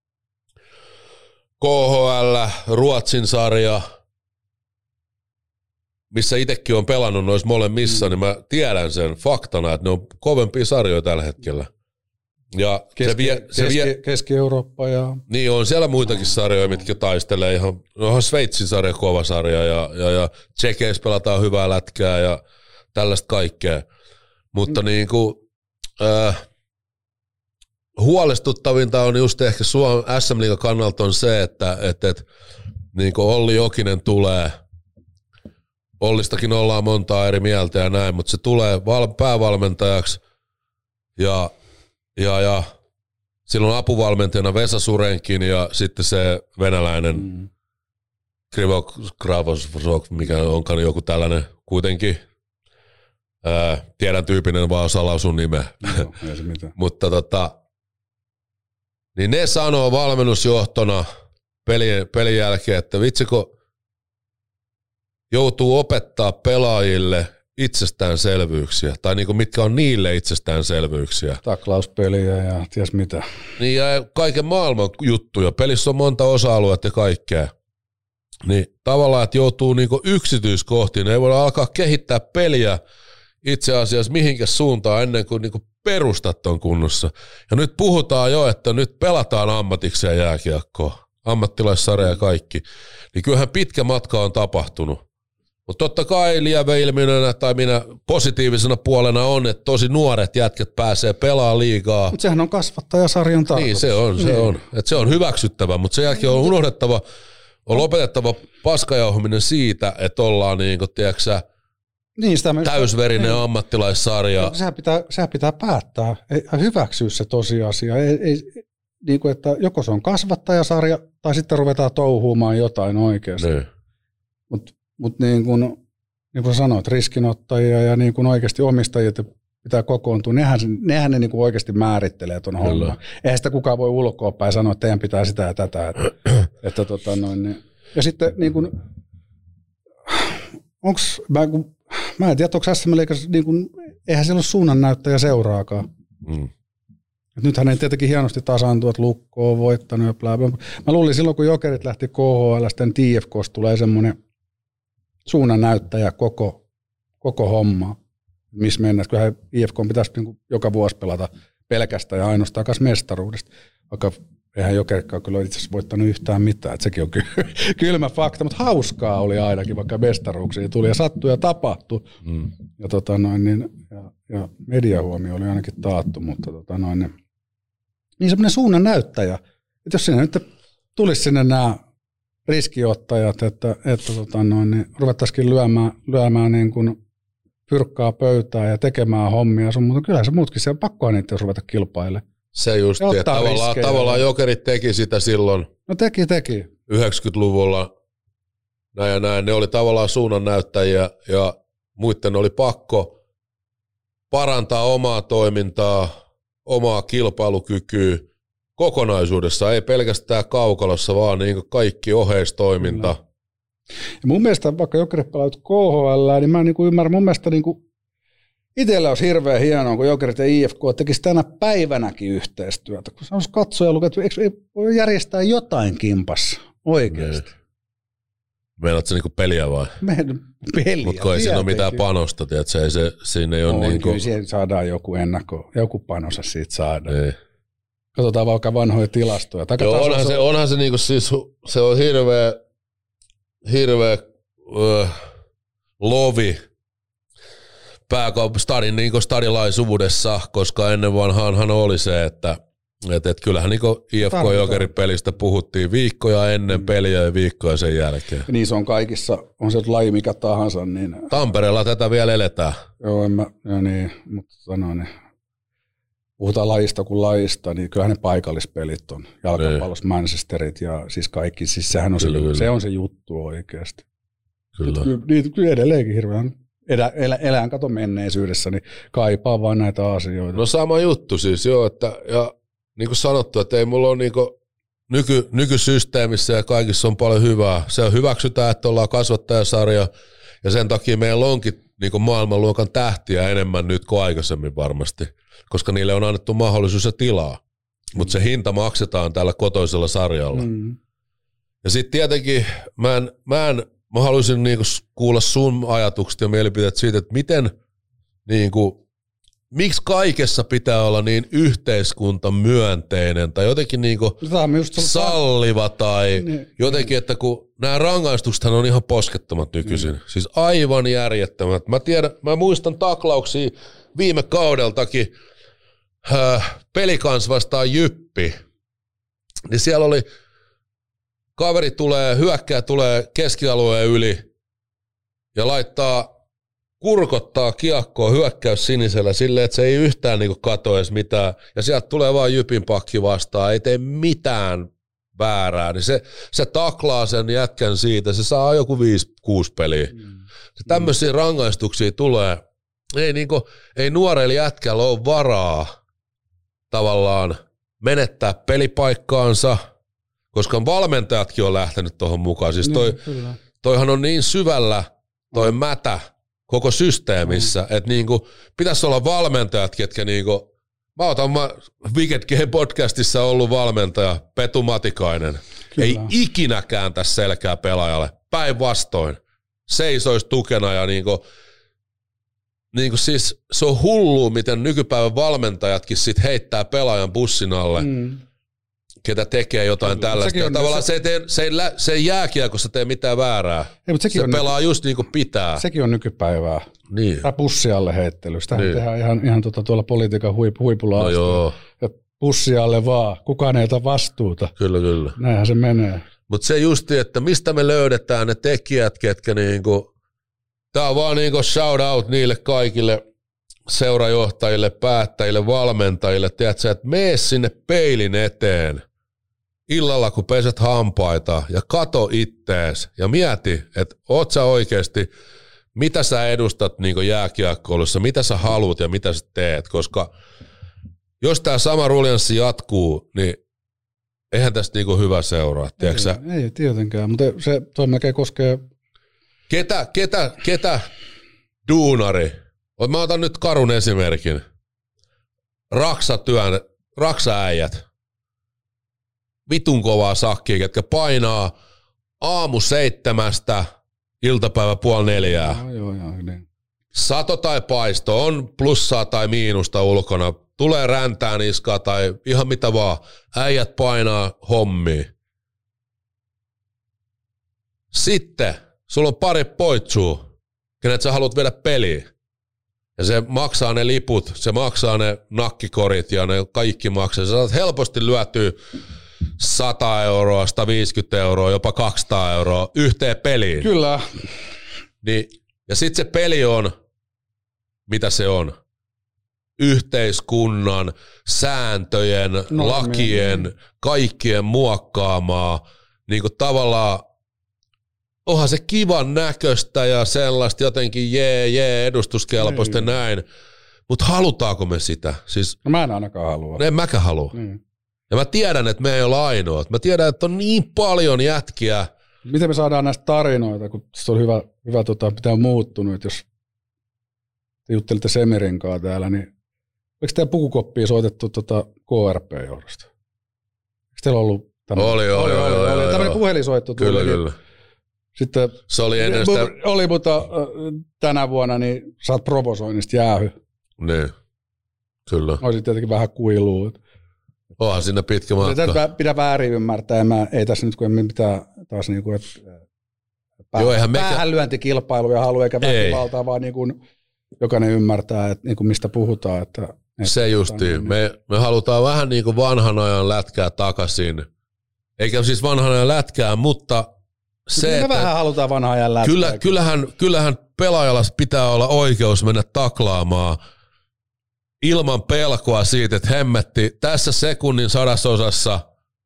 K H L, Ruotsin sarja, missä itsekin on pelannut noissa molemmissa, mm. niin mä tiedän sen faktana, että ne on kovempia sarjoja tällä hetkellä. Ja Keski, se vie, se Keski, vie, Keski-Eurooppa ja... Niin on siellä muitakin sarjoja, mitkä taistelee. Ihan, onhan Sveitsin sarja kova sarja ja, ja, ja Tsekeissä pelataan hyvää lätkää ja tällaista kaikkea. Mutta mm. niin kuin, äh, huolestuttavinta on just ehkä Suomen S M-liigan kannalta on se, että et, et, niin kuin Olli Jokinen tulee, Ollistakin ollaan montaa eri mieltä ja näin, mutta se tulee val- päävalmentajaksi ja Ja, ja silloin apuvalmentajana Vesa Surenkin ja sitten se venäläinen mm. Krivokravosvok, mikä onkaan joku tällainen kuitenkin, ää, tiedän tyypinen, vaan osaa lausua nimeä. No, ei se mitään. Mutta tota, niin ne sanoo valmennusjohtona pelin, pelin jälkeen, että vitsikö joutuu opettaa pelaajille itsestäänselvyyksiä, tai niinku mitkä on niille itsestäänselvyyksiä. Taklauspeliä ja ties mitä. Niin ja kaiken maailman juttuja. Pelissä on monta osa-aluetta ja kaikkea. Niin tavallaan, että joutuu niinku yksityiskohtiin. Ei voida alkaa kehittää peliä itse asiassa mihinkä suuntaan ennen kuin niinku perustat on kunnossa. Ja nyt puhutaan jo, että nyt pelataan ammatikseen jääkiekkoa. Ammattilaissarja ja kaikki. Niin kyllähän pitkä matka on tapahtunut. Mutta totta kai lieveilmiönä tai minä positiivisena puolena on, että tosi nuoret jätket pääsee pelaamaan liigaa. Mutta sehän on kasvattajasarjan tarkoitus. Niin se on, se niin. on. Et se on hyväksyttävä, mutta sen jälkeen on unohdettava, on lopetettava paskajauhuminen siitä, että ollaan niinku, tiedätkö, niin, sitä täysverinen ei, ammattilaissarja. Sehän pitää, sehän pitää päättää, ei, hyväksyä se tosiasia. Ei, ei, niin kuin, että joko se on kasvattajasarja tai sitten ruvetaan touhuumaan jotain oikeasti. Niin. Mutta Mutta niin kuin, niin kuin sanoit, riskinottajia ja niin kuin oikeasti omistajia pitää kokoontua, nehän, nehän ne niin kuin oikeasti määrittelee tuon homman. Eihän sitä kukaan voi ulkoa päin sanoa, että teidän pitää sitä ja tätä. Että, että tota noin, niin. Ja sitten niin kuin, onks, mä, kun, mä en tiedä, onko S M-liigassa, niin kuin, eihän siellä ole suunnannäyttäjä seuraakaan. Mm. Et nythän ei tietenkin hienosti tasaantua, että Lukko on voittanut ja blää, blää. Mä luulin silloin, kun Jokerit lähti K H L, sitten T F K:sta tulee semmoinen suunnannäyttäjä koko, koko homma, missä mennään. Kyllähän I F K pitäisi niin joka vuosi pelata pelkästään ja ainoastaan kanssa mestaruudesta, vaikka eihän Jokerikkaan kyllä itse asiassa voittanut yhtään mitään, että sekin on ky- kylmä fakta, mutta hauskaa oli ainakin, vaikka mestaruuksia tuli ja sattui ja tapahtui. Mm. Ja, tota noin, niin, ja, ja mediahuomio oli ainakin taattu, mutta tota noin, niin, niin semmoinen suunnannäyttäjä, että jos sinne nyt tulisi sinne nämä riskiottajat, että, että tota noin, niin ruvettaisikin lyömään, lyömään niin kuin pyrkkaa pöytää ja tekemään hommia sun, mutta kyllä se muutkin, se on pakkoa niitä, jos ruveta kilpailemaan. Se just, että tavallaan, tavallaan Jokerit teki sitä silloin. No teki, teki. yhdeksänkymmentäluvulla näin ja näin. Ne oli tavallaan suunnannäyttäjiä ja muiden oli pakko parantaa omaa toimintaa, omaa kilpailukykyä kokonaisuudessa, ei pelkästään kaukalossa, vaan niin kuin kaikki oheistoiminta. Kyllä. Ja mun mielestä vaikka Jokerit pelaat K H L, niin mä niin kuin ymmärrän, mun mielestä niin kuin itsellä olisi hirveän hienoa, kun Jokerit ja I F K tekisi tänä päivänäkin yhteistyötä. Kun sanoisi katsoja lukea, että eikö voi järjestää jotain kimpassa oikeasti. Meinaatko niinku peliä vai? Meidän peliä. Mutta kun ei siinä ole mitään panosta, tiedät, se ei se, siinä ei ole no, niin kuin... Kyllä siihen saadaan joku ennakko, joku panosa siitä saadaan. Ei. Katsotaan vaikka vanhoja tilastoja. Joo, onhan se, onhan se niinku siis, se on hirveä, hirveä öö, lovi pääkaupunkistadin niin stadilaisuudessa, koska ennen vanhaanhan oli se, että et, et kyllähän niin I F K-Jokerin pelistä puhuttiin viikkoja ennen mm. peliä ja viikkoja sen jälkeen. Niin se on kaikissa, on se laji mikä tahansa. Niin... Tampereella tätä vielä eletään. Joo, en mä, ja niin, mutta sanoin, niin puhutaan lajista kuin lajista, niin kyllähän ne paikallispelit on. Jalkapallossa Manchesterit ja siis kaikki, siis sehän on, kyllä, se, kyllä. se, on se juttu oikeasti. Kyllä. Niitä kyllä edelleenkin hirveän. Elä, elä, elän kato menneisyydessä, niin kaipaa vaan näitä asioita. No sama juttu siis, joo, että ja niin kuin sanottu, että ei mulla ole niin kuin nyky, nykysysteemissä ja kaikissa on paljon hyvää. Se hyväksytään, että ollaan kasvattajasarja ja sen takia meillä onkin niin kuin maailmanluokan tähtiä enemmän nyt kuin aikaisemmin varmasti, koska niille on annettu mahdollisuus ja tilaa, mutta se hinta maksetaan tällä kotoisella sarjalla. Mm. Ja sitten tietenkin mä en, mä en Mä haluaisin niinku kuulla sun ajatukset ja mielipiteet siitä, että miten, niinku, miksi kaikessa pitää olla niin yhteiskuntamyönteinen tai jotenkin niinku salliva tai niin. jotenkin, että kun nämä rangaistuksethan on ihan poskettomat nykyisin, mm. siis aivan järjettömät. Mä tiedän, mä muistan taklauksia viime kaudeltakin, äh, Pelikans vastaan Jyppi, niin siellä oli kaveri tulee, hyökkää tulee keskialueen yli ja laittaa, kurkottaa kiekkoa hyökkäys sinisellä silleen, että se ei yhtään niinku kato edes mitään. Ja sieltä tulee vaan Jypin pakki vastaan, ei tee mitään väärää. Niin se, se taklaa sen jätkän siitä, se saa joku viisi, kuusi peliä. Mm. Tämmöisiä rangaistuksia tulee. Ei, niinku, ei nuorella jätkällä ole varaa tavallaan menettää pelipaikkaansa, koska valmentajatkin on lähtenyt tuohon mukaan. Siis toi, niin, toihan on niin syvällä toi mm. mätä koko systeemissä, mm. että niinku, pitäisi olla valmentajat, ketkä niinku, mä otan mä Wicked Game podcastissa ollut valmentaja Petu Matikainen. Kyllä. Ei ikinä kääntä selkää pelaajalle, päinvastoin. Seisoisi tukena ja niinku, niinku siis se on hullua, miten nykypäivän valmentajatkin sit heittää pelaajan bussin alle. Mm. Ketä tekee jotain kyllä, tällaista. Tavallaan se, se, tee, se, ei, se ei jääkiekossa tee mitään väärää. Ei, se pelaa nyky... just niin kuin pitää. Sekin on nykypäivää. Niin. Tämä pussi alle heittely. Sitähän niin. tehdään ihan, ihan tuota, tuolla politiikan huip, huipulla asti. No ja pussi alle vaan. Kukaan ei ota vastuuta. Kyllä, kyllä. Näinhän se menee. Mutta se justi, että mistä me löydetään ne tekijät, ketkä niinku, tää on vaan niinku shout out niille kaikille seurajohtajille, päättäjille, valmentajille. Tiedätkö, että mene sinne peilin eteen illalla, kun peset hampaita ja kato ittees ja mieti, että oot sä oikeasti, mitä sä edustat niinku jääkiekkoilussa, mitä sä haluut ja mitä sä teet, koska jos tää sama ruljanssi jatkuu, niin eihän tästä niinku hyvä seuraa, tiedätkö ei, ei tietenkään, mutta se toi melkein koskee... Ketä, ketä, ketä duunari, mä otan nyt karun esimerkin, raksatyön, raksaäijät, vitun kovaa sakkia, ketkä painaa aamu seitsemästä iltapäivä puoli neljää. Joo, joo, joo, niin. Sato tai paisto, on plussaa tai miinusta ulkona, tulee räntään iskaa tai ihan mitä vaan. Äijät painaa hommia. Sitten sulla on pari poitsua, kenet sä haluat viedä peliin. Ja se maksaa ne liput, se maksaa ne nakkikorit ja ne kaikki maksaa. Sä saat helposti lyötyä sata euroa, sata viisikymmentä euroa, jopa kaksisataa euroa yhteen peliin. Kyllä. Niin, ja sitten se peli on, mitä se on? Yhteiskunnan, sääntöjen, no, lakien, me... kaikkien muokkaamaa. Niin kuin tavallaan, onhan se kivan näköistä ja sellaista jotenkin jee, jee, edustuskelpoista näin. mutta halutaanko me sitä? Siis, no mä en ainakaan halua. En mäkään halua. Niin. Ja mä tiedän, että me ei ole ainoat. Mä tiedän, että on niin paljon jätkiä. Miten me saadaan näistä tarinoita, kun se on hyvä, hyvä tota, mitä on muuttunut, että jos te juttelitte Semirin kanssa täällä, niin eikö teidän pukukoppia soitettu tota K R P-johdosta? Eikö teillä ollut tämmöinen? Oli, oli, oli. oli, oli, oli tämmöinen puhelinsoitto tuli. Kyllä, kyllä. Sitten se oli ennen sitä... Oli, mutta tänä vuonna niin sä oot provosoinnista jäähy. Niin, kyllä. Olisi tietenkin vähän kuilua. Onhan sinne pitkä matka. Tätä pidä väärin ymmärtää. Mä, ei tässä nyt kun pitää taas niin kuin, pää, Joo, eihän päähänlyöntikilpailuja halua eikä väkivaltaa, ei. Vaan niin kuin, jokainen ymmärtää, että niin kuin mistä puhutaan. Että, että se justiin. Niin, me, me halutaan vähän niin kuin vanhan ajan lätkää takaisin. Eikä siis vanhan ajan lätkää, mutta se, me että vähän halutaan vanhan ajan lätkää. Kyllä, kyllähän, kyllähän pelaajalla pitää olla oikeus mennä taklaamaan ilman pelkoa siitä, että hemmetti tässä sekunnin sadasosassa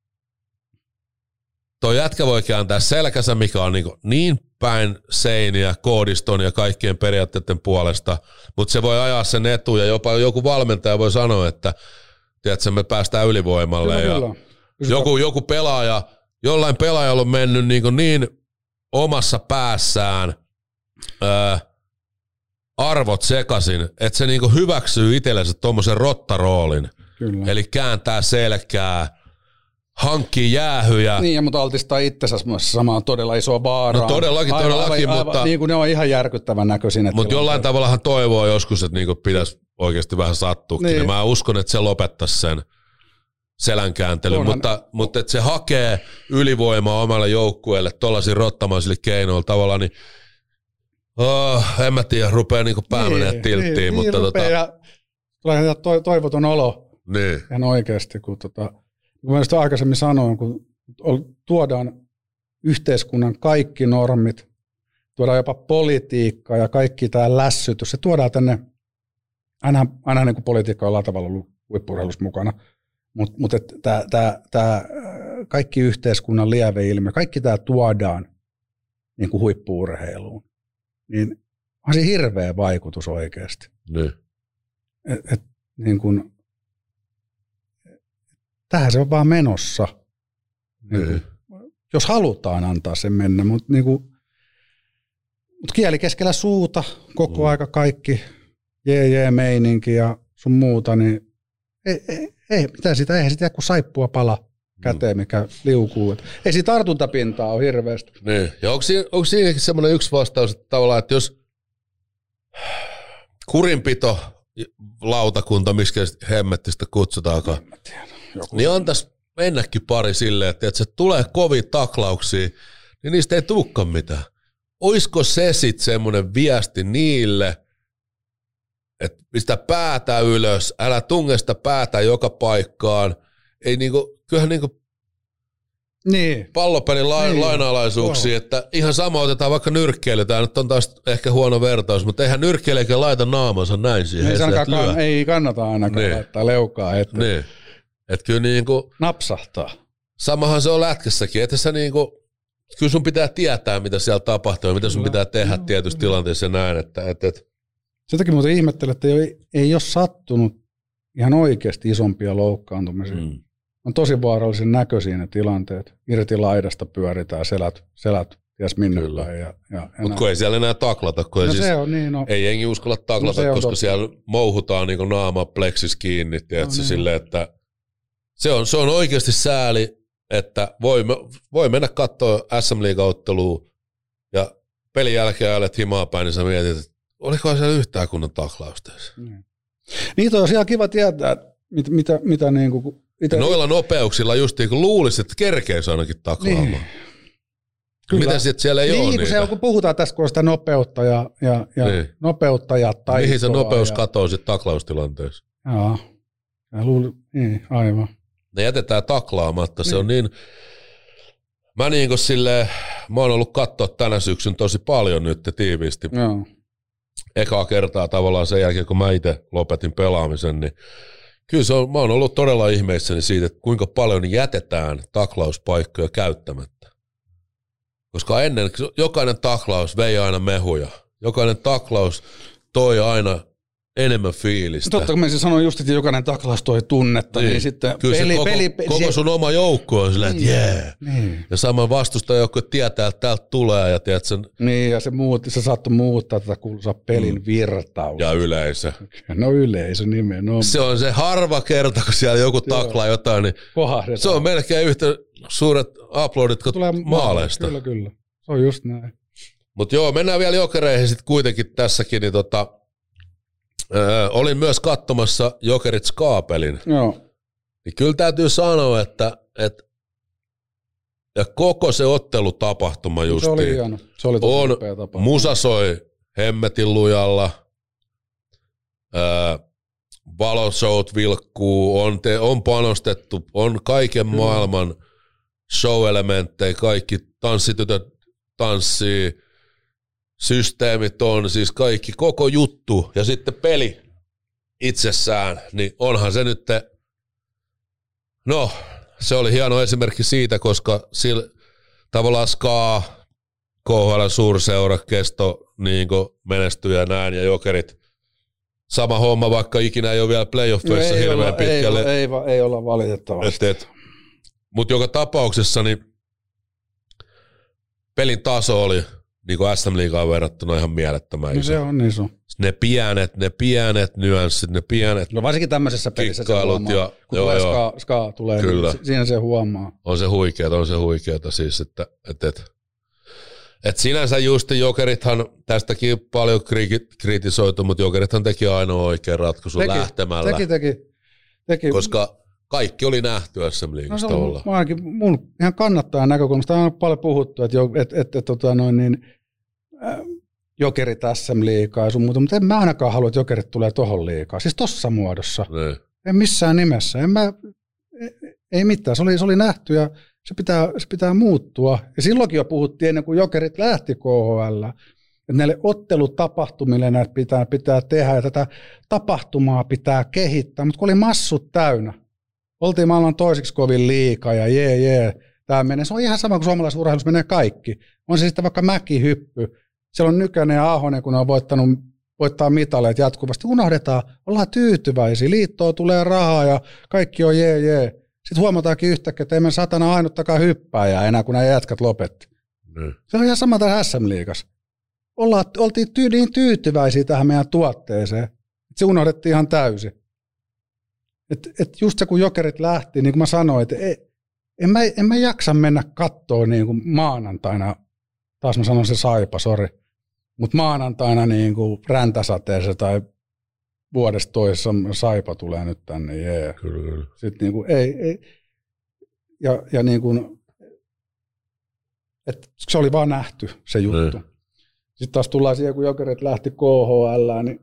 toi jätkä voi kääntää selkänsä, mikä on niin, niin päin seiniä koodiston ja kaikkien periaatteiden puolesta, mutta se voi ajaa sen etu ja jopa joku valmentaja voi sanoa, että tiedätkö, me päästään ylivoimalle. Kyllä, ja kyllä. Joku, joku pelaaja, jollain pelaajalla on mennyt niin, niin omassa päässään öö, arvot sekaisin, että se niin hyväksyy itsellensä tuommoisen rottaroolin. Kyllä. Eli kääntää selkää, hankkii jäähyjä. Niin, mutta altistaa itsensä myös samaan todella isoa vaaraa. No todellakin, aivan, todellakin, aivan, mutta... Niin kuin ne on ihan järkyttävän näköisiä. Mutta jollain tavallahan toivoo joskus, että niinku pitäisi oikeasti vähän sattuukin. Niin. Ja mä uskon, että se lopettaisi sen selänkääntelyn, Onhan... mutta, mutta että se hakee ylivoimaa omalle joukkueelle tuollaisilla rottamaisilla keinoilla tavallaan, niin oh, en mä tiedä, rupeaa niinku pää niin, menee tilttiin. Niin, mutta niin tota... ja tulee toivoton olo niin. ihan oikeasti, kun tota... Kun mä sitä aikaisemmin sanoin, kun tuodaan yhteiskunnan kaikki normit, tuodaan jopa politiikkaa ja kaikki tämä lässytys, se tuodaan tänne, aina, aina niin kuin politiikka on jollain tavalla ollut huippu-urheilussa mukana, mutta mut tämä kaikki yhteiskunnan lieveilmiö, kaikki tämä tuodaan niin kuin huippu-urheiluun, niin on se hirveä vaikutus oikeasti. Niin. Et, et, niin kuin, tähän se on vaan menossa, niin, jos halutaan antaa sen mennä, mutta niin mut kieli keskellä suuta, koko mm. aika kaikki, jee jee meininki ja sun muuta, niin ei, ei, ei mitä sitä, eihän sitä jää kuin saippua pala käteen, mikä liukuu. Et ei siitä tartuntapintaa ole hirveästi. Niin. Ja onko siinä, onko siinäkin semmoinen yksi vastaus, että tavallaan, että jos kurinpito lautakunta, miksi hemmettistä kutsutaankaan, Joku. niin antaisi mennäkin pari silleen, että, että se tulee kovia taklauksia, niin niistä ei tulekaan mitään. Olisiko se sitten semmoinen viesti niille, että pistä päätä ylös, älä tunge sitä päätä joka paikkaan. Ei niinku, kyllähän niinku niin. pallopelin la- niin. lainalaisuuksia, että ihan sama otetaan vaikka nyrkkeily. Tämä nyt on taas ehkä huono vertaus, mutta eihän nyrkkeilijäkään laita naamansa näin siihen. Ei, ei kannata ainakaan niin. laittaa leukaa eteen. Niin. Että kyllä niinku, napsahtaa. Samahan se on lätkässäkin, että sä niinku, kyllä sun pitää tietää, mitä siellä tapahtuu ja mitä sun pitää tehdä no, tietyissä no. tilanteissa ja näin. Että, et, et. Sen takia muuten ihmettelen, että ei, ei ole sattunut ihan oikeasti isompia loukkaantumisia. Mm. On tosi vaarallisen näköisiä ne tilanteet. Irti laidasta pyöritään, selät, selät ties minne päin. Ja, ja mutta kun ei siellä enää taklata, kun no ei, siis, niin, no. ei jengi uskalla taklata, no koska totta. Siellä mouhutaan niin naama pleksis kiinni. Tiedätkö, no, niin. sille, että se, on, se on oikeasti sääli, että voi, voi mennä katsoa S M-liigaottelua ja pelin jälkeen ajalet himaa päin, niin sä mietit, että olikohan siellä yhtään kunnon taklausta. Niin. Niitä on siellä kiva tietää, mit, mitä, mitä niin kuin ite... noilla nopeuksilla just niin kuin luulisit, että kerkeisi ainakin taklaamaan. Niin. Miten sitten siellä ei niin, ole kun niitä? Se, kun puhutaan tässä, kun on sitä nopeutta ja, ja, ja niin. nopeutta ja taitoa. Mihin se nopeus ja... katoo sitten taklaustilanteessa? Joo, ja luuli, niin, aivan. Ne jätetään taklaamatta, niin. Se on niin... Mä niin kuin silleen, mä oon ollut katsoa tänä syksyn tosi paljon nyt tiiviisti. Joo. Ekaa kertaa tavallaan sen jälkeen, kun mä itse lopetin pelaamisen, niin kyllä se on, mä oon ollut todella ihmeissäni siitä, että kuinka paljon jätetään taklauspaikkoja käyttämättä. Koska ennen jokainen taklaus vei aina mehuja. Jokainen taklaus toi aina enemmän fiilistä. Totta, kun mä sanoin just, että jokainen taklaus toi tunnetta, niin, niin sitten kyllä peli, koko, peli, koko se, sun oma joukko on silleen, että niin, jee. Niin. Ja sama vastustajoukko tietää, että täältä tulee. Ja tiedät sen, niin, ja se, muut, se saattoi muuttaa tätä kuuluisaa pelin mm. virtausta. Ja yleisö. No yleisö nimenomaan. Se on se harva kerta, kun siellä joku taklaa jotain, niin Kohahdetaan. se on melkein yhtä suuret uploadit kuin tulee maaleista. Kyllä, kyllä. Se on just näin. Mutta joo, mennään vielä Jokereihin sitten kuitenkin tässäkin. Niin tota, ö, olin myös katsomassa Jokerit Skaapelin. Joo. Niin kyllä täytyy sanoa, että, että ja koko se ottelutapahtuma justiin. Se oli hieno. Se oli tosi on, upea tapahtuma. musa soi hemmetin lujalla. Öö, valoshowt vilkkuu, on, te, on panostettu, on kaiken mm. maailman show-elementtejä, kaikki tanssitytöt tanssii, systeemit on, siis kaikki, koko juttu, ja sitten peli itsessään, niin onhan se nyt, te, no, se oli hieno esimerkki siitä, koska sillä tavallaan Ska, K H L suurseura, kesto niin menestyy ja näin, ja Jokerit, sama homma, vaikka ikinä ei ole vielä playoffeissa no, hirveän olla, pitkälle. Ei, ei, ei olla valitettavasti. Mutta joka tapauksessa niin pelin taso oli niin kuin S M-liigaan verrattuna ihan mielettömän no, iso. Se on iso. Ne pienet, ne pienet nyanssit, ne pienet no varsinkin tämmöisessä pelissä se huomaa, ja, kun joo, tulee joo. ska, ska tulee, Kyllä. Niin siinä se huomaa. On se huikeeta, on se huikeeta siis, että et, et, et sinänsä just Jokerithan tästäkin paljon kritisoitu, mutta Jokerithan teki ainoa oikean ratkaisun teki, lähtemällä. Teki, teki, teki. Koska kaikki oli nähty S M-liigasta no, olla. Mä ainakin mun ihan kannattaa näkökulmasta on paljon puhuttu, että, että, että, että tota noin, niin, äh, Jokerit S M-liigaa ja sun muuta, mutta en mä ainakaan halua, että Jokerit tulee tohon liigaan. Siis tossa muodossa. Ne. En missään nimessä. En mä, ei mitään. Se oli, se oli nähty ja se pitää, se pitää muuttua. Ja silloinkin jo puhuttiin ennen kuin Jokerit lähti K H L, että näille ottelutapahtumille näitä pitää, pitää tehdä ja tätä tapahtumaa pitää kehittää, mutta kun oli massut täynnä, oltiin maailman toiseksi kovin liiga ja jee jee, tämä menee. Se on ihan sama kuin suomalaisessa urheilussa menee kaikki. On se sitten vaikka mäkihyppy. Siellä on Nykänen ja Ahonen, kun ne on voittanut, voittaa mitaleet jatkuvasti. Unohdetaan, ollaan tyytyväisiä. Liittoon tulee rahaa ja kaikki on jee jee. Sitten huomataankin yhtäkkiä, että ei me satana ainuttakaan hyppääjää enää, kun nämä jätkät lopetti. Mm. Se on ihan sama tässä S M-liigassa. Ollaan, oltiin tyy, niin tyytyväisiä tähän meidän tuotteeseen, että se unohdettiin ihan täysin. Et, et just se, kun Jokerit lähti, niin kuin mä sanoin, että ei, en, mä, en mä jaksa mennä kattoon niin kuin maanantaina, taas mä sanon se Saipa, sori, mutta maanantaina niin kuin räntäsateessa tai vuodesta toisessa Saipa tulee nyt tänne, jee. Kyllä. Sitten niin kuin, ei, ei. Ja, ja niin kuin, että se oli vaan nähty se juttu. Ne. Sitten taas tullaan siihen, kun Jokerit lähti K H L, niin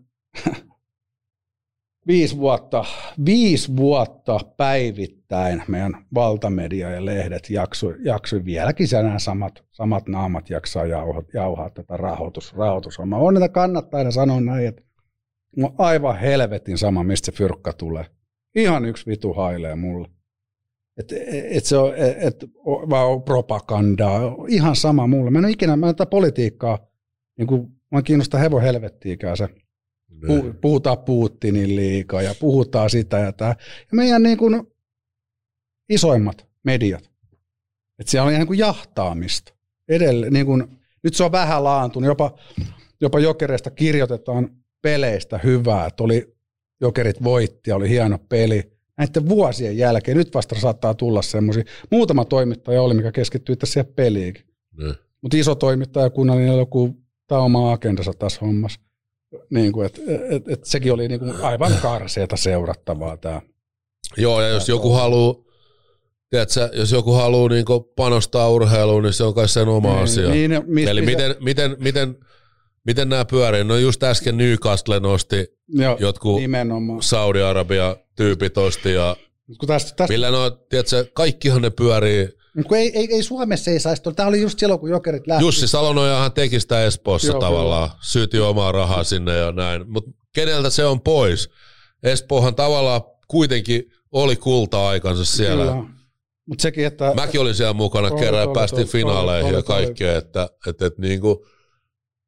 viisi vuotta, viisi vuotta päivittäin meidän valtamedia ja lehdet jaksoi, jaksoi vieläkin nämä samat, samat naamat jaksaa jauhaa, jauhaa tätä rahoitus, rahoitushommaa. On niitä kannattaa aina sanoa näin, että on aivan helvetin sama, mistä se fyrkka tulee. Ihan yksi vitu hailee mulle. Että et se on, et, et, vaan propagandaa, ihan sama mulle. Mä en ole ikinä, mä en tätä politiikkaa, niin kuin, mä kiinnostaa hevon helvettiikään se. Puhutaan Putinin liikaa ja puhutaan sitä ja tämä. Ja meidän niin kuin isoimmat mediat. Että siellä on ihan niin kuin jahtaamista. Edelleen, niin kuin, nyt se on vähän laantunut. Jopa, jopa Jokereista kirjoitetaan peleistä hyvää. Että oli, Jokerit voitti ja oli hieno peli. Näiden vuosien jälkeen, nyt vasta saattaa tulla semmoisia. Muutama toimittaja oli, mikä keskittyi tässä siihen peliinkin. Mutta iso toimittaja, kunnallinen joku, tämä oma agendansa tässä hommassa. Niin kuin, et, et, et sekin oli niin kuin aivan karseeta seurattavaa tämä. Joo, ja jos joku haluaa, tiedätkö, jos joku haluaa niin kuin panostaa urheiluun, niin se on kai sen oma niin, asia. Niin, mis, Eli miten, miten, miten, miten nämä pyörii? No just äsken Newcastle nosti, jo, jotkut nimenomaan. Saudi-Arabia-tyypit osti, ja tästä, tästä, millä no, tiedätkö, kaikkihan ne pyörii. Ei, ei, ei Suomessa ei saisi, tämä oli just silloin, kun Jokerit lähti. Jussi Salonojahan teki sitä Espoossa joo, tavallaan, kyllä. Syyti omaa rahaa sinne ja näin, mutta keneltä se on pois? Espoohan tavallaan kuitenkin oli kulta-aikansa siellä. Kyllä. Mut sekin, että mäkin olin siellä mukana oli, kerran ja päästiin oli, finaaleihin oli, ja kaikkea, oli. että, että, että niin kuin,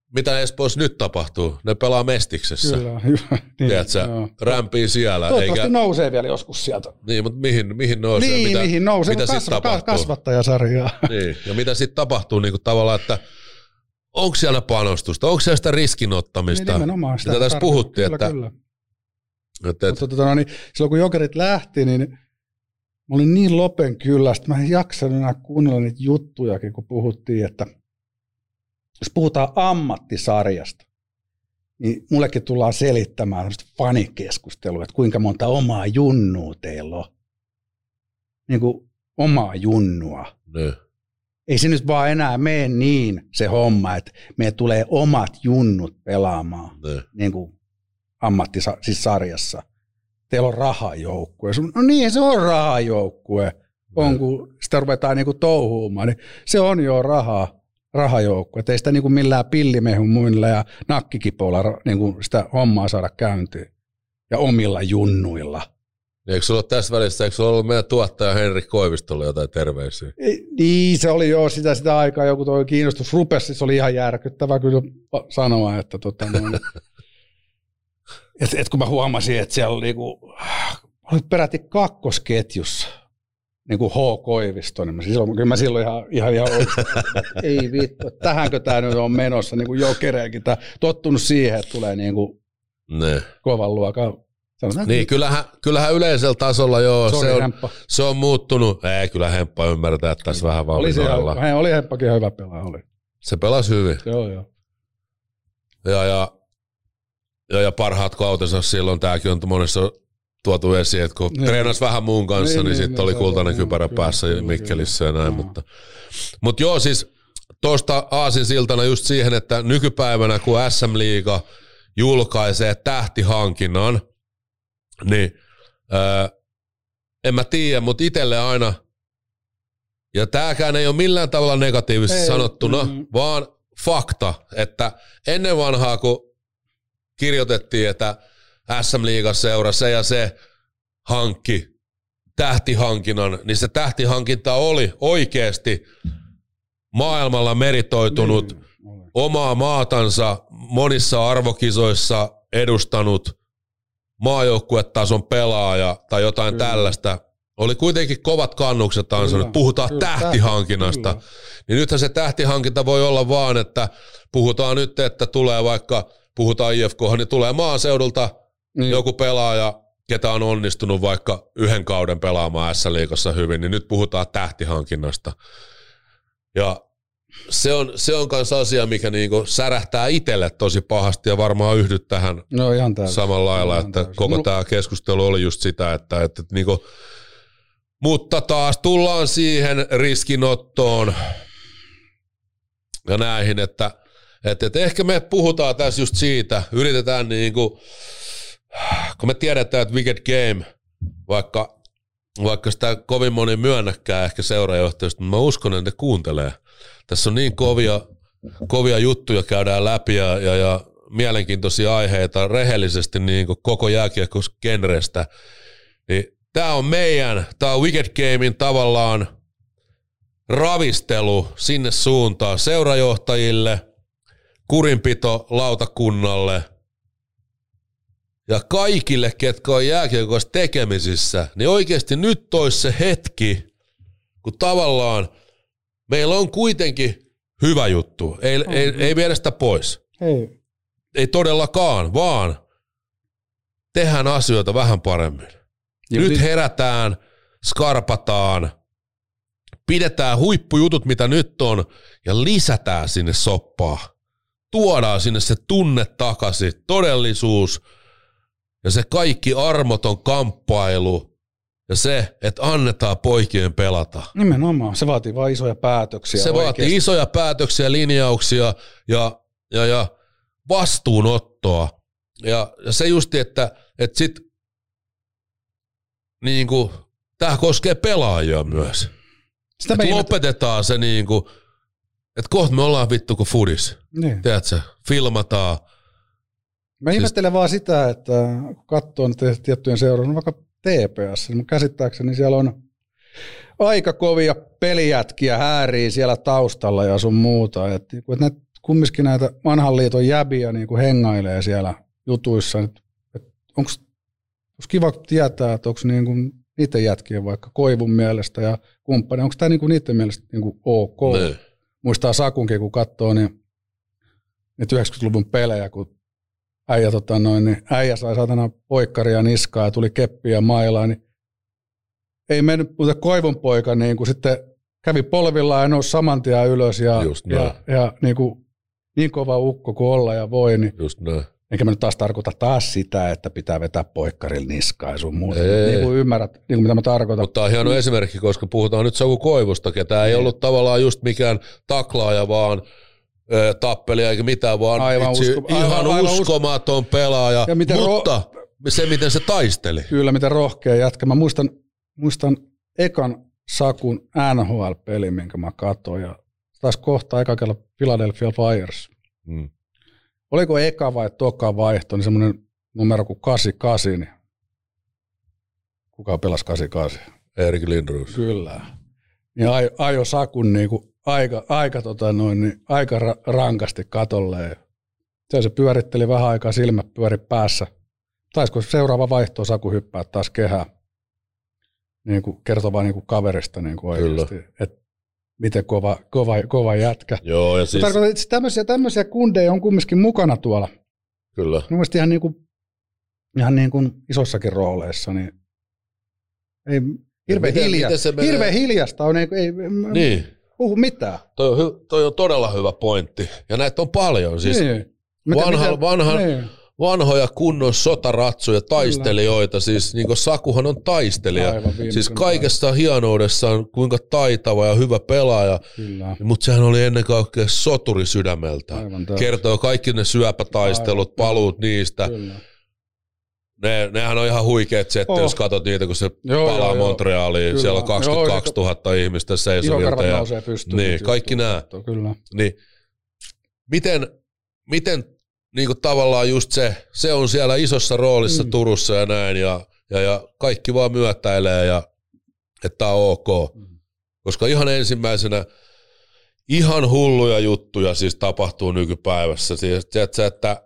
mitä Espoossa nyt tapahtuu? Ne pelaa Mestiksessä. Kyllä, hyvä. Niin, tiedätkö, rampii siellä. Toivottavasti eikä... nousee vielä joskus sieltä. Niin, mutta mihin, mihin nousee? Niin, mitä, mihin nousee, mitä kasva, tapahtuu? kasvattajasarjaa. Niin, ja mitä sitten tapahtuu niin kuin tavallaan, että onko siellä panostusta, onko siellä sitä riskinottamista, niin, sitä mitä tässä tarvitse. puhuttiin. Kyllä, että, kyllä. että, että, Mutta, tota, no, niin, silloin kun Jokerit lähti, niin mä olin niin lopen kyllä, että mä en jaksanut enää kuunnella niitä juttujakin, kun puhuttiin, että jos puhutaan ammattisarjasta, niin mullekin tullaan selittämään semmoista fanikeskustelua, että kuinka monta omaa junnua teillä on. Niin kuin omaa junnua. ne. Ei se nyt vaan enää mene niin se homma, että meidän tulee omat junnut pelaamaan Ne. niin kuin ammattisa- siis sarjassa. Teillä on rahajoukkue. No niin, se on rahajoukkue. On, kun sitä ruvetaan niin kuin touhuumaan, niin se on jo rahaa. Rahajoukkue. Ei sitä niin kuin millään pillimehun muilla ja nakkikipoilla niin kuin sitä hommaa saada käyntiin. Ja omilla junnuilla. Eikö sulla ole tässä välissä, eikö sulla ollut meidän tuottaja Henri Koivistolle jotain terveisiä? Ei, niin, se oli jo sitä, sitä aikaa, joku tuo kiinnostus rupesi, se oli ihan järkyttävää kyllä sanoa, että tota, noin, et, et kun mä huomasin, että siellä oli, niinku, oli peräti kakkosketjussa niin kuin H. Koivisto, niin mä, silloin, kyllä mä silloin ihan, ihan, ihan ei vittu, tähänkö tämä nyt on menossa, niin kuin Jokereenkin, tää, tottunut siihen, että tulee niin kuin Ne. kovan luokan. Niin, kyllähän, kyllähän yleisellä tasolla joo, Sorry, se, on, Hemppa. se on muuttunut. Ei, kyllä Hemppa ymmärtää, että tässä vähän Oli, se, valmiilla. oli Hemppakin hyvä pelaaja, oli. Se pelasi hyvin. Joo, joo. Ja, ja, ja, ja parhaat kautensa silloin, tämäkin on monessa tuotu esiin, että kun niin. treenasi vähän muun kanssa, niin, niin, niin niin, sitten niin, oli se kultainen on, kypärä kyllä, päässä kyllä, Mikkelissä ja näin. Joo. Mutta, mutta joo, siis tuosta aasinsiltana just siihen, että nykypäivänä kun S M-liiga julkaisee tähtihankinnan, niin öö, en mä tiedä, mutta itselle aina, ja tääkään ei ole millään tavalla negatiivisesti ei, sanottuna, mm. vaan fakta, että ennen vanhaa kun kirjoitettiin, että S M-liigan seura se ja se hankki tähtihankinnan, niin se tähtihankinta oli oikeasti maailmalla meritoitunut, Niin, omaa maatansa monissa arvokisoissa edustanut maajoukkuetason pelaaja tai jotain Kyllä. tällaista. Oli kuitenkin kovat kannukset ansainnut. Kyllä, Puhutaan kyllä, tähtihankinnasta. kyllä. Niin nythän se tähtihankinta voi olla vaan, että puhutaan nyt, että tulee vaikka, puhutaan I F K, niin tulee maaseudulta Niin. joku pelaaja, ketä on onnistunut vaikka yhden kauden pelaamaan S-liigassa hyvin, niin nyt puhutaan tähtihankinnasta. Ja se on, se on kans asia, mikä niinku särähtää itselle tosi pahasti ja varmaan yhdyt tähän No ihan täysin. samalla lailla, Ihan että täysin. koko Mulla- tämä keskustelu oli just sitä, että, että, että niinku, mutta taas tullaan siihen riskinottoon ja näihin, että, että, että ehkä me puhutaan tässä just siitä, yritetään niinku, kun me tiedetään, että Wicked Game, vaikka, vaikka sitä kovin moni myönnäkään ehkä seurajohtajasta, mutta mä uskon, että ne kuuntelee. Tässä on niin kovia, kovia juttuja käydään läpi ja, ja, ja mielenkiintoisia aiheita rehellisesti niin kuin koko jääkiekko-genrestä. Niin tää on meidän, tää on Wicked Gamein tavallaan ravistelu sinne suuntaan seurajohtajille, kurinpito lautakunnalle ja kaikille, ketkä on jääkiekossa tekemisissä, niin oikeasti nyt olisi se hetki, kun tavallaan meillä on kuitenkin hyvä juttu. Ei, mm-hmm. ei, ei viedä sitä pois. Ei. Ei todellakaan, vaan tehdään asioita vähän paremmin. Ja nyt nyt- herätään, skarpataan, pidetään huippujutut, mitä nyt on, ja lisätään sinne soppaa. Tuodaan sinne se tunne takaisin, todellisuus, ja se kaikki armoton kamppailu, ja se, että annetaan poikien pelata. Nimenomaan. Se vaatii vain isoja päätöksiä. Se oikeasti. vaatii isoja päätöksiä, linjauksia ja, ja, ja vastuunottoa. Ja, ja se justi, että, että sit niinku, tämä koskee pelaajia myös. Sitä Että me lopetetaan se niinku, että kohta me ollaan vittu kuin fudis. Niin. Tiedätkö, filmataan. Mä ihmettelen vaan sitä, että kun katsoo nyt tiettyjen seuroja, vaikka T P S, niin käsittääkseni siellä on aika kovia pelijätkiä hääriä siellä taustalla ja sun muuta. Että, että näitä kumminkin näitä vanhan liiton jäbiä niin kuin hengailee siellä jutuissa. Onko kiva tietää, että onko niin kuin niiden jätkien vaikka Koivun mielestä ja kumppani, onko tämä niin kuin niiden mielestä niin kuin ok? Ne. Muistaa Sakunkin, kun katsoo niin, niitä yhdeksänkymmentäluvun pelejä, kun äijä, tota noin, niin äijä sai satana poikkaria niskaa ja tuli keppiä mailaa, niin ei mennyt muuten Koivun poika niin kuin sitten kävi polvillaan ja nousi saman tien ylös ja, ja, ja niin, kuin, niin kova ukko kuin olla ja voi. Niin, just näin. Enkä mä nyt taas tarkoita taas sitä, että pitää vetää poikkarilla niskaa ja sun muuta. Niin kuin ymmärrät, niin kuin mitä mä tarkoitan. Mutta tämä on hieno esimerkki, koska puhutaan nyt Saku Koivusta, ketä ei ollut tavallaan just mikään taklaaja, vaan ö, tappelija eikä mitään, vaan aivan itse, usko, ihan aivan, aivan uskomaton pelaaja. Mutta ro- se, miten se taisteli. Kyllä, miten rohkea jätkä. Mä muistan, muistan ekan Sakun N H L-peli, minkä mä katsoin, ja taisi kohta eka kello Philadelphia Flyers. Hmm. Oliko eka vai toka vaihto, niin semmoinen numero kuin kahdeksankymmentäkahdeksan, niin kuka pelasi kahdeksankymmentäkahdeksan? Erik Lindros. Kyllä. Niin ajo, ajo Sakun niin kuin aika, aika, tota noin, niin aika ra- rankasti katolle. Se, se pyöritteli vähän aikaa, silmät pyöri päässä. Taisiko seuraava vaihto Saku hyppää taas kehää? Niin kuin kertoo vaan niin kuin kaverista niin kuin oikeasti, että miten kova, kova, kova jätkä. Joo, ja siis... Tarkoitan, että tämmöisiä, tämmöisiä kundeja on kumminkin mukana tuolla. Kyllä. Mielestäni ihan, niin kuin, ihan niin kuin isossakin rooleissa, niin ei, hirveän, miten, hilja, miten menee... hirveän hiljasta on, ei, ei niin. puhu mitään. Toi on, hy, toi on todella hyvä pointti, ja näitä on paljon. Siis niin. vanha, miten, vanha, niin. Vanhoja kunnon sotaratsuja, taistelijoita, kyllä. Siis niin kuin Sakuhan on taistelija, siis kaikessa hienoudessaan kuinka taitava ja hyvä pelaaja, kyllä. Mutta sehän oli ennen kaikkea soturi sydämeltä. Kertoo kaikki ne syöpätaistelut, aivan. Paluut niistä. Kyllä. Ne, nehän on ihan huikeat settiä, oh. jos katsot niitä, kun se joo, palaa joo, Montrealiin, kyllä. Siellä on kaksikymmentäkaksituhatta joo, ihmistä seisovilta. Ja, niin, kaikki nämä. Kyllä. Niin, miten, miten niin kuin tavallaan just se, se on siellä isossa roolissa mm. Turussa ja näin, ja, ja, ja kaikki vaan myötäilee, ja että on ok. Mm. Koska ihan ensimmäisenä ihan hulluja juttuja siis tapahtuu nykypäivässä. Siis, tiedätkö, että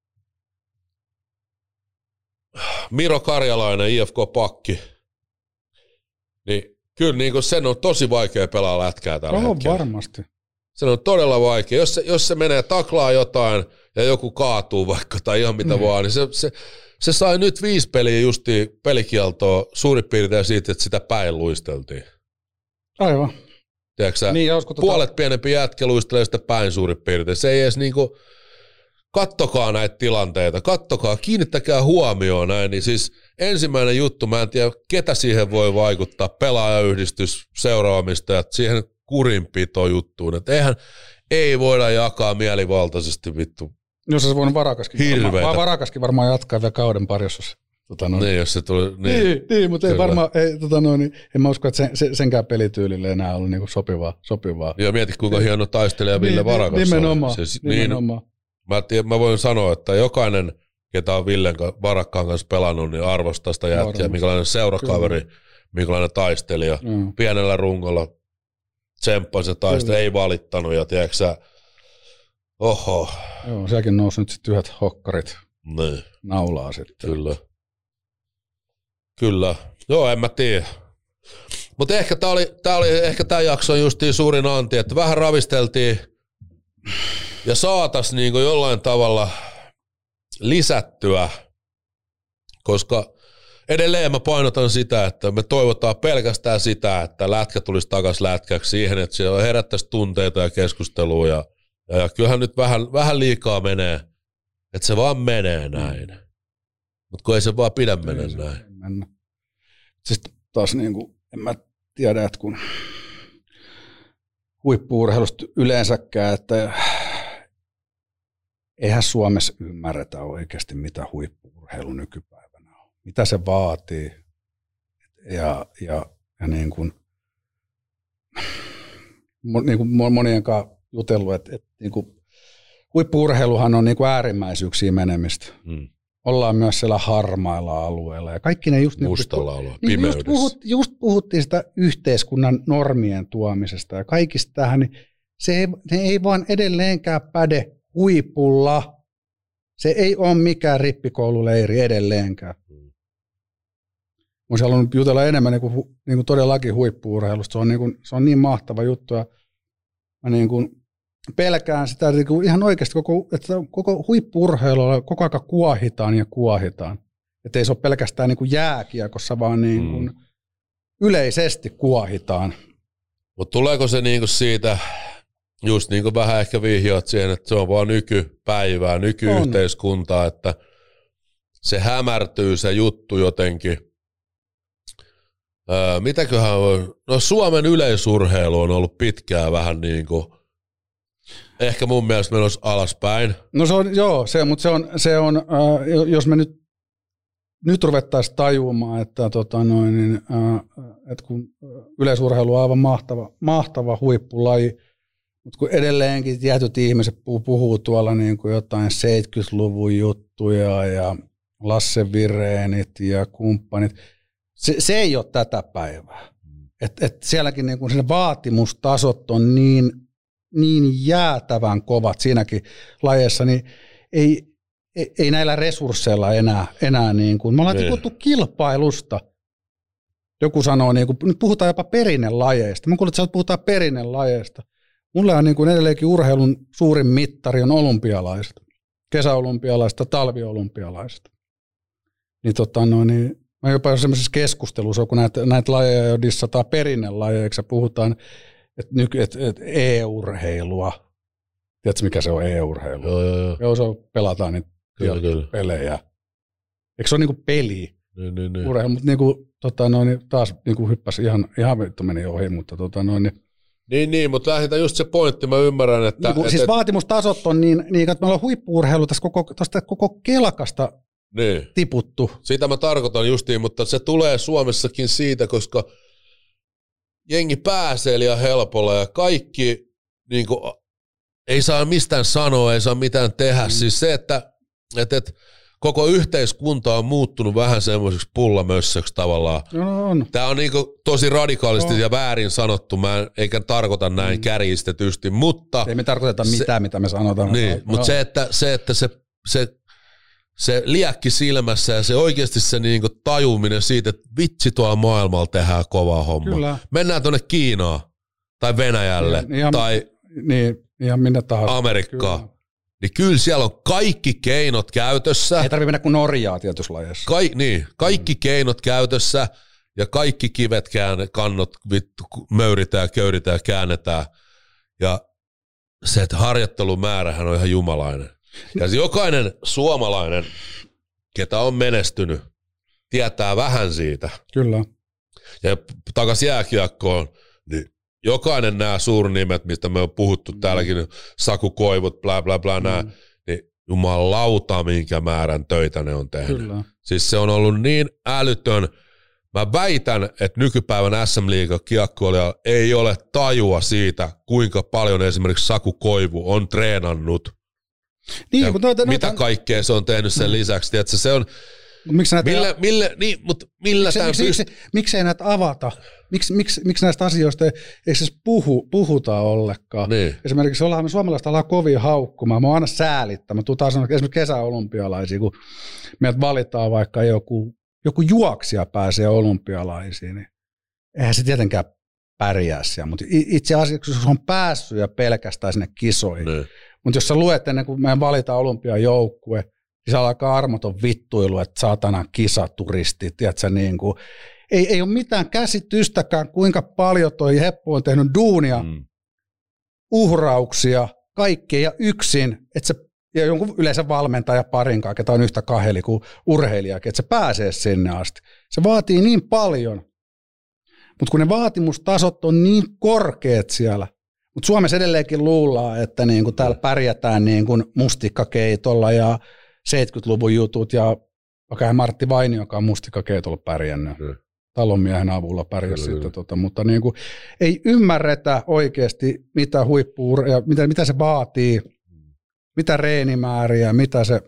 Miro Karjalainen, I F K-pakki, niin kyllä niin kuin sen on tosi vaikea pelaa lätkää tällä no, hetkellä. Varmasti. Se on todella vaikea. Jos se, jos se menee taklaa jotain ja joku kaatuu vaikka tai ihan mitä mm. vaan, niin se, se, se sai nyt viisi peliä justiin pelikieltoa suurin piirtein siitä, että sitä päin luisteltiin. Aivan. Tiedätkö niin, puolet tota... pienempi jätkä luistelee sitä päin suurin piirtein. Se ei edes niinku, kattokaa näitä tilanteita, kattokaa, kiinnittäkää huomioon näin. Niin siis ensimmäinen juttu, mä en tiedä ketä siihen voi vaikuttaa, pelaajayhdistys, seuraamistajat, siihen kurinpito juttuun, että eihän, ei voida jakaa mielivaltaisesti vittu. Jos se voinut Varakaskin, varmaan, Varakaskin varmaan jatkaa vielä kauden parissa. Tota niin, jos se tuli. Niin, niin, niin mutta ei varmaan, ei, tota noin, en mä usko, että sen, sen, senkään pelityylille enää ollut niinku sopivaa, sopivaa. Joo, mieti kuinka niin, hieno taistelija Ville niin, Varakas nimenomaan, on. Siis, nimenomaan. Niin, mä, tiedän, mä voin sanoa, että jokainen, ketä on Villen Varakkaan kanssa pelannut, niin arvostaa sitä jätkiä, minkälainen seurakaveri, kyllä. Minkälainen taistelija, mm. pienellä rungolla. Tsemppasi taista, ei valittanut ja tiedätkö sä, oho. Joo, sielläkin nousi nyt sitten yhdet hokkarit niin. Naulaa sitten. Kyllä. Kyllä. Joo, en mä tiedä. Mutta ehkä tää oli, tää oli ehkä tää jakso on justiin suurin anti, että vähän ravisteltiin ja saatas niinku jollain tavalla lisättyä, koska edelleen mä painotan sitä, että me toivotaan pelkästään sitä, että lätkä tulisi takaisin lätkäksi siihen, että se herättäisi tunteita ja keskustelua. Ja, ja, ja kyllähän nyt vähän, vähän liikaa menee, että se vaan menee näin. Mutta kun ei se vaan pidä mennä ei näin. Mennä. Siis taas niin kuin, en mä tiedä, että kun huippu-urheilusta yleensäkään, että eihän Suomessa ymmärretä oikeasti, mitä huippu-urheilu nykypäivänä. Mitä se vaatii, ja, ja, ja niin kuin, niin kuin monien kanssa jutellut, että, että niin kuin, huippu-urheiluhan on niin kuin äärimmäisyyksiä menemistä. Hmm. Ollaan myös siellä harmailla alueilla. Ja kaikki ne just, mustalla niin, alueella, niin pimeydessä. Just, puhut, just puhuttiin sitä yhteiskunnan normien tuomisesta ja kaikista tähän, niin se ei, se ei vaan edelleenkään päde huipulla. Se ei ole mikään rippikoululeiri edelleenkään. Mä haluan jutella enemmän niin kuin, niin kuin todellakin huippu-urheilusta. Se on niin, kuin, se on niin mahtava juttu. Ja mä niin kuin pelkään sitä niin kuin ihan oikeasti, koko, että koko huippu-urheilulla koko ajan kuohitaan ja kuohitaan. Että ei se ole pelkästään niin kuin jääkiekossa, vaan niin kuin mm. yleisesti kuohitaan. Mutta tuleeko se niin kuin siitä, just niin kuin vähän ehkä vihjoat siihen, että se on vaan nykypäivää, nykyyhteiskuntaa, on. Että se hämärtyy se juttu jotenkin. Öö, mitäköhän voi, no Suomen yleisurheilu on ollut pitkään vähän niin kuin, ehkä mun mielestä menossa alaspäin. No se on, joo, se, mutta se on, se on äh, jos me nyt, nyt ruvettaisiin tajumaan, että, tota noin, niin, äh, että kun yleisurheilu on aivan mahtava, mahtava huippulaji, mutta kun edelleenkin tietyt ihmiset puhuu, puhuu tuolla niin kuin jotain seitsemänkymmentäluvun juttuja ja Lasse Virénit ja kumppanit, Se, se ei ole tätä päivää. Et, et sielläkin niinku se vaatimustasot on niin, niin jäätävän kovat siinäkin lajeissa, niin ei, ei, ei näillä resursseilla enää, enää niin kuin, me ollaan puhuttu kilpailusta. Joku sanoo, niin kuin, nyt puhutaan jopa perinnelajeista. Mä kuulen, että puhutaan perinnelajeista. Mulla on niin kuin edelleenkin urheilun suurin mittari on olympialaiset. Kesäolympialaiset, talviolympialaiset. Niin tota no niin, mä jopa sellaisessa keskustelussa, kun näitä, näitä lajeja jo dissataan perinnelajeiksi ja puhutaan, että, nyky, että, että e-urheilua. Tiedätkö, mikä se on e-urheilu? Joo, joo, joo. Joo, se on, pelataan niitä kyllä, kyllä. pelejä. Eikö se ole niin kuin peli? Niin, niin, niin. Urheilu, mutta niin kuin, tota, noin, taas niin kuin hyppäsi ihan, ihan vittu meni ohi, mutta tota, noin, niin, niin, niin, mutta lähdetään just se pointti, mä ymmärrän, että... Niin kuin, et, siis et, vaatimustasot on niin, niin että meillä on huippu-urheilu tästä koko, tästä koko kelkasta niin. tiputtu. Sitä mä tarkoitan justiin, mutta se tulee Suomessakin siitä, koska jengi pääsee liian helpolla ja kaikki niin kuin, ei saa mistään sanoa, ei saa mitään tehdä. Mm. Siis se, että, että, että koko yhteiskunta on muuttunut vähän semmoiseksi pullamössöksi tavallaan. No, on. Tämä on niin kuin tosi radikaalisti no. ja väärin sanottu, mä en, eikä tarkoita näin mm. kärjistetysti, mutta... Ei me tarkoiteta mitään, se, mitä me sanotaan. Niin, mutta se, että se, että se, se, se liäkki silmässä ja se oikeasti se niin kuin tajuminen siitä, että vitsi tuolla maailmalla tehdään kovaa hommaa. Kyllä. Mennään tuonne Kiinaan tai Venäjälle niin, ihan, tai niin, ihan minne tahansa. Amerikkaan. Kyllä. Niin kyllä siellä on kaikki keinot käytössä. Ei tarvitse mennä kuin Norjaa tietyssä lajeissa. Ka- niin, kaikki mm. keinot käytössä ja kaikki kivet käänne, kannot vittu, möyritään, ja köyritään ja käännetään. Ja se, että harjoittelumäärähän on ihan jumalainen. Ja jokainen suomalainen, ketä on menestynyt, tietää vähän siitä. Kyllä. Ja takaisin jääkiekkoon, niin jokainen nämä suurnimet, mistä me on puhuttu mm. täälläkin, Saku Koivut, bla bla bla, mm. nämä, niin jumalauta, minkä määrän töitä ne on tehnyt. Kyllä. Siis se on ollut niin älytön. Mä väitän, että nykypäivän S M-liigan kiekkoilija ei ole tajua siitä, kuinka paljon esimerkiksi Saku Koivu on treenannut. Niin, mutta noita, mitä noita... kaikkea se on tehnyt sen lisäksi. Tiedätkö, se on... Miksi näitä millä, millä, niin, mutta millä miksi, miksi, pyst... miksi, miksei näitä avata? Miksi, miksi, miksi näistä asioista ei, ei siis puhu, puhuta ollenkaan? Niin. Esimerkiksi ollaan, me suomalaiset ollaan kovin haukkumaan. Mä oon aina säälittämään. Mä tuun taas sanoa, esimerkiksi kesäolympialaisiin, kun meiltä valitaan vaikka joku, joku juoksija pääsee olympialaisiin, niin eihän se tietenkään pärjää siellä. Mutta itse asiassa, jos on päässyt ja pelkästään sinne kisoihin, niin. Mutta jos sä luet ennen kuin meidän valitaan olympiajoukkue, niin se alkaa armoton vittuilu, että saatana kisaturisti, tiedätkö, niin kuin, ei, ei ole mitään käsitystäkään, kuinka paljon toi Heppu on tehnyt duunia, mm. uhrauksia, kaikkea ja yksin, että se, ja jonkun yleensä valmentaja parinkaan, ketä on yhtä kaheli kuin urheilijakin, että se pääsee sinne asti. Se vaatii niin paljon, mutta kun ne vaatimustasot on niin korkeat siellä, mutta Suomessa edelleenkin luullaan, että niin kuin täällä pärjätään niin kuin mustikkakeitolla ja seitsemänkymmentäluvun jutut ja vaikka Martti Vainio, joka on mustikkakeitolla pärjännyt. Hmm. Talonmiehen avulla pärjäsi sitten, tota, mutta niin kuin, ei ymmärretä oikeasti, mitä huippu ja mitä, mitä se vaatii, hmm. mitä reenimääriä, mitä se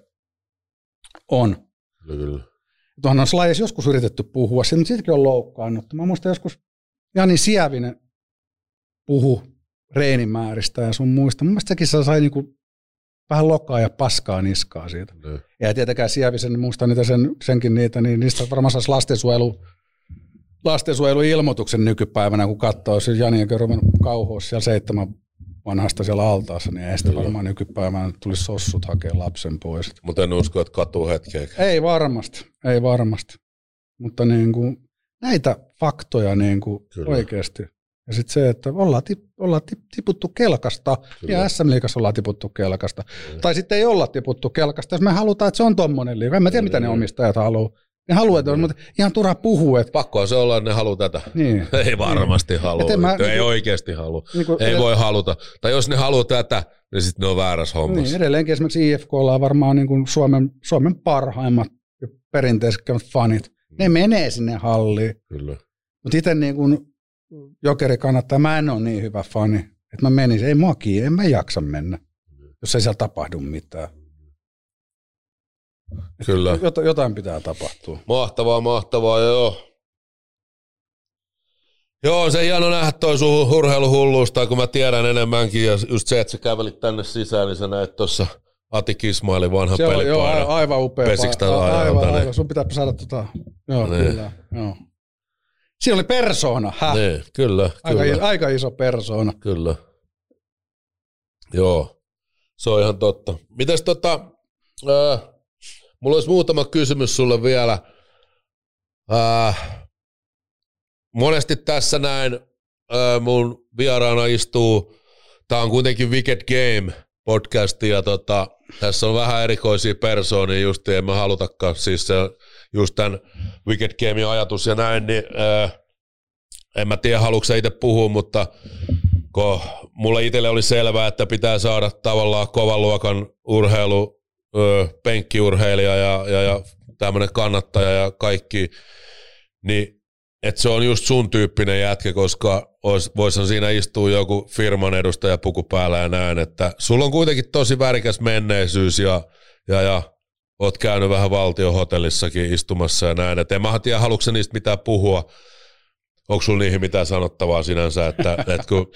on. Kyllä. Tuohon on lajeissa joskus yritetty puhua, mutta siitäkin on loukkaannut. Mä muistan joskus Jani Sievinen puhui reenimääristä ja sun muista. Mun mielestä sekin sai niinku vähän lokaa ja paskaa niskaa siitä. Mm. Ja tietenkään Sievisen, muista niitä sen, senkin niitä, niin niistä varmaan saisi lastensuojelu, lastensuojeluilmoituksen nykypäivänä, kun katsoo, jos Jani on ruvennut kauhoa siellä seitsemän vanhasta siellä altaassa, niin ei sitä varmaan nykypäivänä tulisi sossut hakea lapsen pois. Mutta en usko, että katuu hetkeä. Ei varmasti, ei varmasti. Mutta niin kuin, näitä faktoja niin kuin oikeasti. Ja sitten se, että ollaan, tip, ollaan tip, tiputtu kelkasta, Kyllä. ja S M-liigassa ollaan tiputtu kelkasta. Kyllä. Tai sitten ei olla tiputtu kelkasta, jos me halutaan, että se on tommonen liiga. En mä tiedä, mitä ne omistajat haluaa. Ne haluaa, että on, mutta ihan turha puhua. Että... Pakkoa se olla, että ne haluaa tätä. Niin. Ei varmasti niin. halua. Mä, ei niin, oikeasti halua. Niin kuin, ei edellä... voi haluta. Tai jos ne haluaa tätä, niin sitten ne on väärässä hommassa. Niin, edelleenkin esimerkiksi I F K:lla on varmaan niin kuin Suomen, Suomen parhaimmat ja perinteiset fanit. Ne menee sinne halliin. Kyllä. Mutta itse niin kuin Jokeri kannattaa, mä en ole niin hyvä fani, että mä menisin. Ei mua kiinni, en mä jaksa mennä, jos ei siellä tapahdu mitään. Kyllä. Jot- jotain pitää tapahtua. Mahtavaa, mahtavaa, joo. Joo, se hieno nähdä toi sun urheiluhulluus, tai kun mä tiedän enemmänkin, ja just se, että sä kävelit tänne sisään, niin sä näet tuossa Ati Kismailin vanhan se pelipaina. Joo, aivan, aivan upea. Aivan, aivan, aivan. Sun pitää saada tota, joo, niin. Kyllä, joo. Siinä oli persoona, häh? Niin, kyllä, aika, kyllä. Aika iso persoona. Kyllä. Joo, se on ihan totta. Mites tota... Äh, mulla olisi muutama kysymys sulle vielä. Äh, monesti tässä näin äh, mun vieraana istuu, tää on kuitenkin Wicked Game -podcasti, ja tota, tässä on vähän erikoisia persoonia just, en mä halutakaan, siis se just tämän Wicked Gamein ajatus ja näin, niin äh, en mä tiedä haluatko sä itse puhua, mutta kun mulle itselle oli selvää, että pitää saada tavallaan kovan luokan urheilu, Öö, penkkiurheilija ja, ja, ja tämmöinen kannattaja ja kaikki, niin että se on just sun tyyppinen jätkä, koska voisihan siinä istua joku firman edustaja puku päällä ja näin, että sulla on kuitenkin tosi värikäs menneisyys ja, ja, ja oot käynyt vähän valtiohotellissakin istumassa ja näin, että en mä tiedä, haluatko sä niistä mitään puhua, onko sulla niihin mitään sanottavaa sinänsä, että, että kun...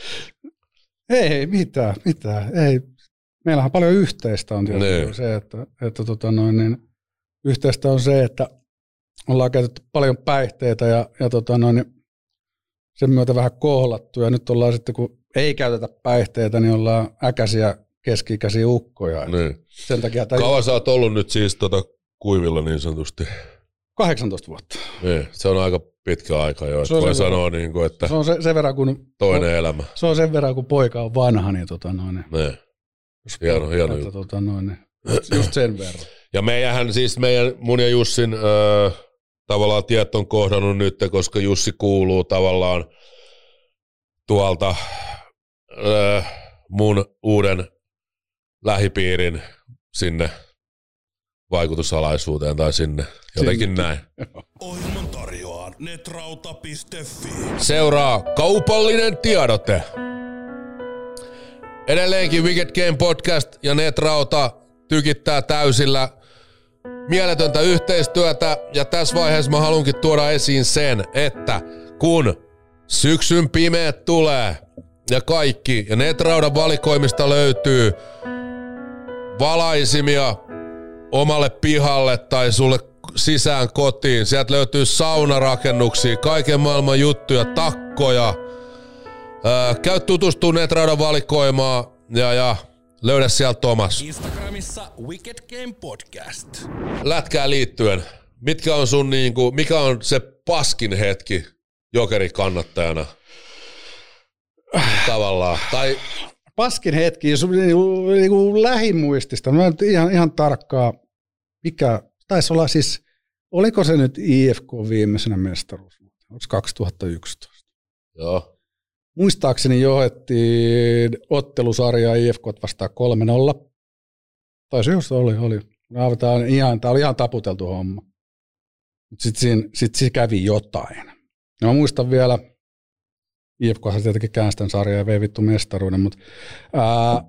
Ei mitään, mitään, ei. Meillähän paljon yhteistä on tietysti niin. se, että, että tota noin, niin, yhteistä on se, että ollaan käytetty paljon päihteitä ja, ja tota noin, niin sen myötä vähän kohlattu. Ja nyt ollaan sitten, kun ei käytetä päihteitä, niin ollaan äkäisiä keski-ikäisiä ukkoja. Niin. Sen takia tämä... Kauan sä oot ollut nyt siis tota kuivilla niin sanotusti? kahdeksantoista vuotta. Niin, se on aika pitkä aika jo. Voi sanoa, niin kuin, että se on se, sen verran, kun, toinen on, elämä. Se on sen verran, kun poika on vanha, niin tota noin. Niin. Hieno, hieno juttu. Tota noin, just sen verran. Ja meidänhän siis meidän, mun ja Jussin öö, tavallaan tiet on kohdannut nyt, koska Jussi kuuluu tavallaan tuolta öö, mun uuden lähipiirin sinne vaikutusalaisuuteen tai sinne, jotenkin sinne. Näin. Ohjelman tarjoaa netrauta piste fi. Seuraa kaupallinen tiedote. Edelleenkin Wicked Game Podcast ja Netrauta tykittää täysillä mieletöntä yhteistyötä, ja tässä vaiheessa mä haluankin tuoda esiin sen, että kun syksyn pimeät tulee ja kaikki, ja Netraudan valikoimista löytyy valaisimia omalle pihalle tai sulle sisään kotiin, sieltä löytyy saunarakennuksia, kaiken maailman juttuja, takkoja. Öö, käy tutustumaan Netraudan valikoimaan ja, ja löydä sieltä Tomas. Instagramissa Wicked Game Podcast. Lätkään liittyen, mitkä on sun niinku, mikä on se paskin hetki Jokeri kannattajana tavallaan? Tai... Paskin hetki, jos niinku, niinku lähimuistista, mä en ihan, ihan tarkkaa, mikä, taisi olla siis, oliko se nyt I F K viimeisenä mestaruus? Onko kaksituhattayksitoista? Joo. Muistaakseni johdettiin ottelusarjaa I F K vastaan kolme nolla. Tai se just oli, oli. Tämä oli ihan, tämä oli ihan taputeltu homma. Sitten siinä, sit siinä kävi jotain. Ja mä muistan vielä, I F K tietenkin käänsi tämän sarjan ja vei vittu mestaruuden, mutta ää,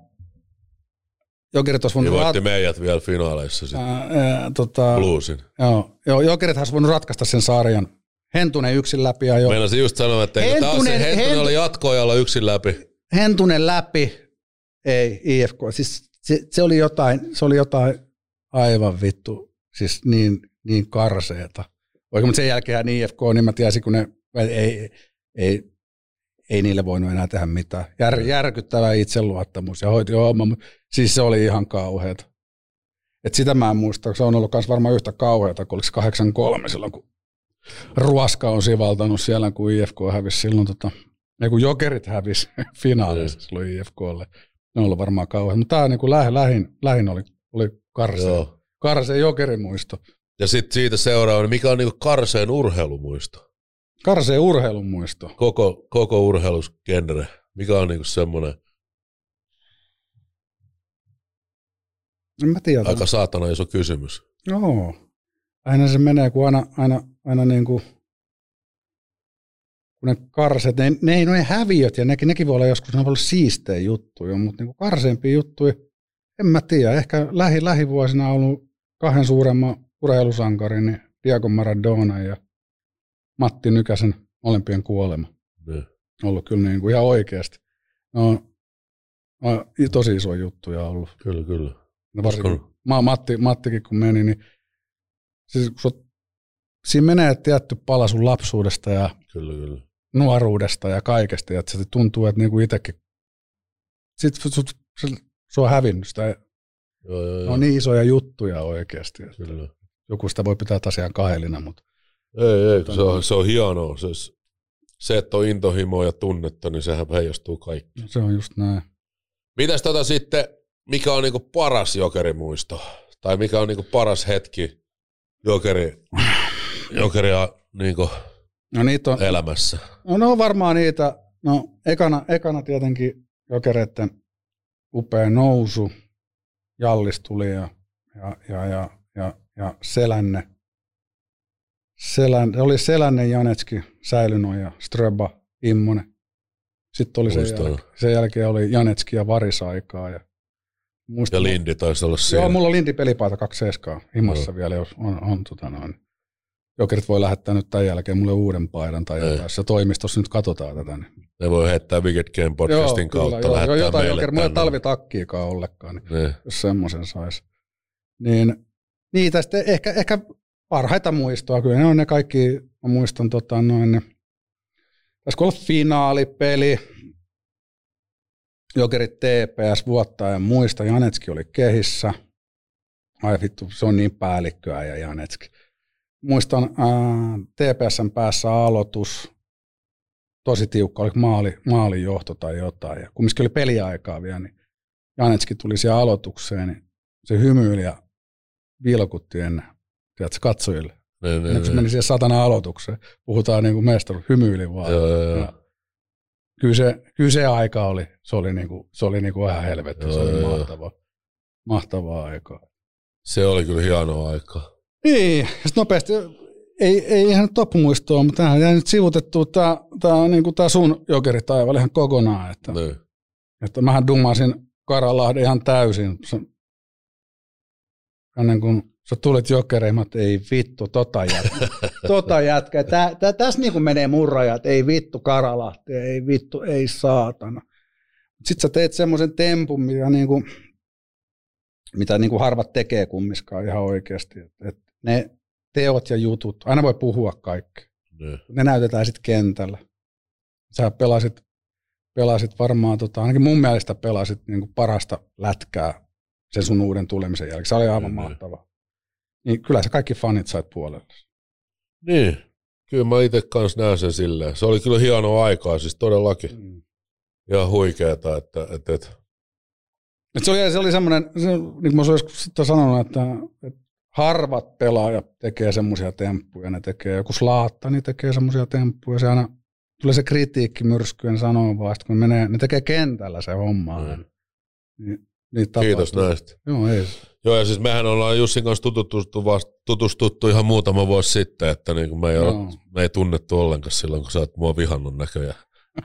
Jokerit olisi voinut... Niin voitti rat... meidät vielä finaaleissa sitten. Ää, tota, Bluesin. Joo, joo, Jokerit olisi voinut ratkaista sen sarjan. Hentunen yksin läpi ja jo. Meinasin just sanoa, että Hentunen, Hentunen, Hentunen oli jatkoajalla yksin läpi. Hentunen läpi, ei I F K. Siis se, se, oli jotain, se oli jotain aivan vittu, siis niin, niin karseeta. Oikein, mutta sen jälkeen I F K, niin mä tiesin, kun ne ei, ei, ei niille voinut enää tehdä mitään. Jär, järkyttävä itseluottamus ja hoiti homma, mutta siis se oli ihan kauheata. Et sitä mä en muista, se on ollut myös varmaan yhtä kauheata, kun oliko kahdeksankymmentäkolme silloin, kun Ruoska on sivaltanut siellä, kun I F K hävisi silloin, tota, ja kun Jokerit hävisi finaalissa silloin I F K:lle. Ne on ollut varmaan kauheata, mutta tämä niin lähin, lähin, lähin oli, oli karseen, karseen Jokerin muisto. Ja sitten siitä seuraava, mikä on niinku karseen urheilumuisto? Karseen urheilumuisto. Koko, koko urheilusgenre. Mikä on niinku semmoinen en mä tiedä. Aika saatana iso kysymys. Joo. Aina se menee, kun aina, aina, aina niin kuin, kun ne karseet, ne, ne, ne häviöt ja nekin, nekin voi olla joskus, ne voi olla siistejä juttuja, mutta niin kuin karseempia juttuja, en mä tiedä. Ehkä lähi, lähivuosina on ollut kahden suuremman urheilusankarin, niin Diego Maradona ja Matti Nykäsen molempien kuolema. Ne. Ollut kyllä niin kuin ihan oikeasti. No, no, tosi iso juttuja ollut. Kyllä, kyllä. No varsinkin, mä, Matti, Mattikin kun meni, niin siis, kun siinä menee tietty pala sun lapsuudesta ja kyllä, kyllä. nuoruudesta ja kaikesta, ja se tuntuu, että niinku itsekin, sit se, se, se on hävinnyt sitä. Joo, joo, joo. On niin isoja juttuja oikeasti. Kyllä. Joku sitä voi pitää tosiaan kahelina, mutta ei, ei, se on, se on hienoa. Se, se, että on intohimoa ja tunnetta, niin sehän heijastuu kaikki. Se on just näin. Mitäs tota sitten, mikä on niinku paras jokerimuisto? Tai mikä on niinku paras hetki jokeri, jokeria niinku no niitä on, elämässä? No ne on varmaan niitä, no ekana, ekana tietenkin jokereiden upea nousu, Jallis tuli ja, ja, ja, ja, ja, ja Selänne. Selänne, oli Selänne, Janetski, Säilynoja, Ströba, Immonen. Sitten oli sen, jäl, sen jälkeen oli Janetski ja Varisaikaa. Ja, ja Lindi taisi olla siinä. Joo, mulla on Lindi pelipaita kaksi seiskaa himassa no. vielä, jos on, on tota noin. Jokerit voi lähettää nyt tämän jälkeen mulle uuden paidan tai jotain. Jos toimistossa nyt katsotaan tätä. Niin. Ne voi heittää Wicked Game podcastin joo, kautta kyllä, lähettää joo, jotain meille joker, mulla ei talvitakkiikaan ollenkaan, niin ne. Jos semmoisen saisi. Niin, niitä sitten ehkä, ehkä parhaita muistoa. Kyllä ne on ne kaikki, mä muistan tota noin ne. Taisiko olla finaalipeli, Jokerit T P S vuotta ja muista, Janetski oli kehissä. Ai vittu, se on niin päällikköä ja Janetski. Muistan ää, T P S:n päässä aloitus, tosi tiukka, oli maali, maalijohto tai jotain. Ja kumminkin oli peliaikaa vielä, niin Janetski tuli siihen aloitukseen, niin se hymyili ja vilkutti ennen, tiedätkö, katsojille. Ne, ne, kun se meni siihen satana aloitukseen, puhutaan niin kuin mestaru, hymyili vaan. Joo, joo, joo. Kyllä, se, kyllä se aika oli, se oli, niin kuin, se oli niin kuin ihan helvetti, se oli mahtavaa, mahtavaa aikaa. Se oli kyllä hienoa aikaa. Niin, ja sitten nopeasti, ei, ei ihan top-muistoa, mutta tämähän jäi nyt sivutettua tämä, tämä, niin kuin tämä sun jokeritaivaali ihan kokonaan. Että, niin. että mähän dumasin Karalahden ihan täysin. Ennen kuin sä tulit jokereihin, että ei vittu, tota jätkä. tota jätkä. Tää, tää, tässä niin kuin menee murraja, että ei vittu Karalahti, ei vittu, ei saatana. Sitten sä teet semmoisen tempun, mitä, niin kuin, mitä niin kuin harvat tekee kummiskaan ihan oikeasti. Et ne teot ja jutut, aina voi puhua kaikki. Ne, ne näytetään sitten kentällä. Sä pelasit, pelasit varmaan, tota, ainakin mun mielestä pelasit niin kuin parasta lätkää sen sun uuden tulemisen jälkeen. Se oli aivan mm. mahtavaa. Niin kyllä sä kaikki fanit sait puolelle. Niin, kyllä mä itse kanssa näen sen silleen. Se oli kyllä hienoa aikaa, siis todellakin. Mm. Ihan huikeeta, että... että, että. Et se oli, se oli semmoinen, se, niin kuin mä olisin joskus sanonut, että, että harvat pelaajat tekee semmoisia temppuja. Ne tekee, joku Slaatta, niin tekee semmoisia temppuja. Se aina tulee se kritiikki myrskyen sanoa vaan, kun menee, ne tekee kentällä se homma. Mm. Niin, niin kiitos näistä. Joo, ei. Joo, ja siis mehän ollaan Jussin kanssa tutustuttu, vasta, tutustuttu ihan muutama vuosi sitten, että niin me, ei ole, me ei tunnettu ollenkaan silloin, kun sä oot mua vihannut näköjään.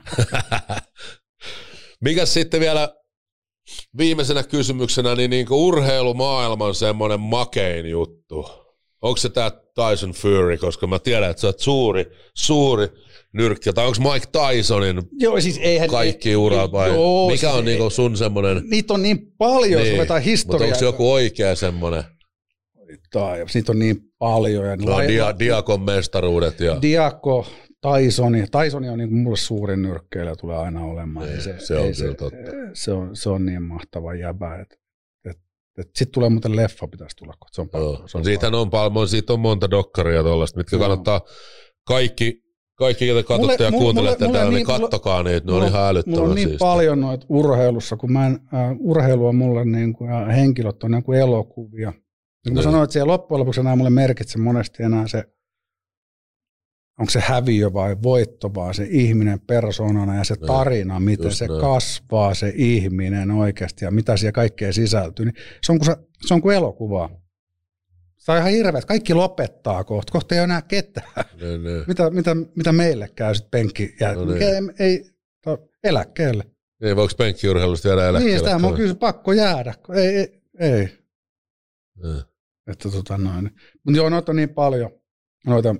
Mikäs sitten vielä viimeisenä kysymyksenä, niin, niin kuin urheilumaailman semmoinen makein juttu. Onko se tää Tyson Fury, koska mä tiedän, että sä oot suuri, suuri nyrkkiä, tai onko Mike Tysonin joo, siis eihän, kaikki urat vai joo, mikä siis on niinku sun semmoinen? Niitä on niin paljon, niin, jos ruvetaan historiaa. Mutta onko joku oikea semmoinen? Niitä on niin paljon. Ja no, dia, Diakon mestaruudet. Ja... Diako, Tysoni. Tysoni on niin mulle suurin nyrkkeilijä, tulee aina olemaan. Niin, se, se on kyllä se, totta. Se on, se on niin mahtava jäbä. Sitten tulee muuten leffa, pitäisi tulla. Se on pakko, se on Siitähän on paljon, siitä on monta dokkaria tuollaista, mitkä no. kannattaa kaikki, kaikki joita katsotte ja kuuntelette täällä, niin kattokaa niitä, ne on ihan älyttömän mulla on niin siistiä. paljon noita urheilussa, kun mä en, äh, urheilu on mulle niin kuin, ja henkilöt on niin kuin elokuvia. Niin mä sanoin, että se loppujen lopuksi enää mulle merkitse monesti enää se, onko se häviö vai voitto, vaan se ihminen persoonana ja se tarina, miten Just se näin. kasvaa se ihminen oikeasti ja mitä siellä kaikkea sisältyy. Niin se, on kuin se, se on kuin elokuvaa. Se on ihan hirveä, että kaikki lopettaa kohta. Kohta ei ole enää ketään. Ne, ne. Mitä, mitä, mitä meille käy sitten penkki no niin. ei, ei eläkkeelle. Ei, voiko penkkiurheilusta jäädä eläkkeelle? Niin, sitä on kyllä pakko jäädä. Ei, ei. ei. Että tota noin. Mutta joo, noita on niin paljon, noita,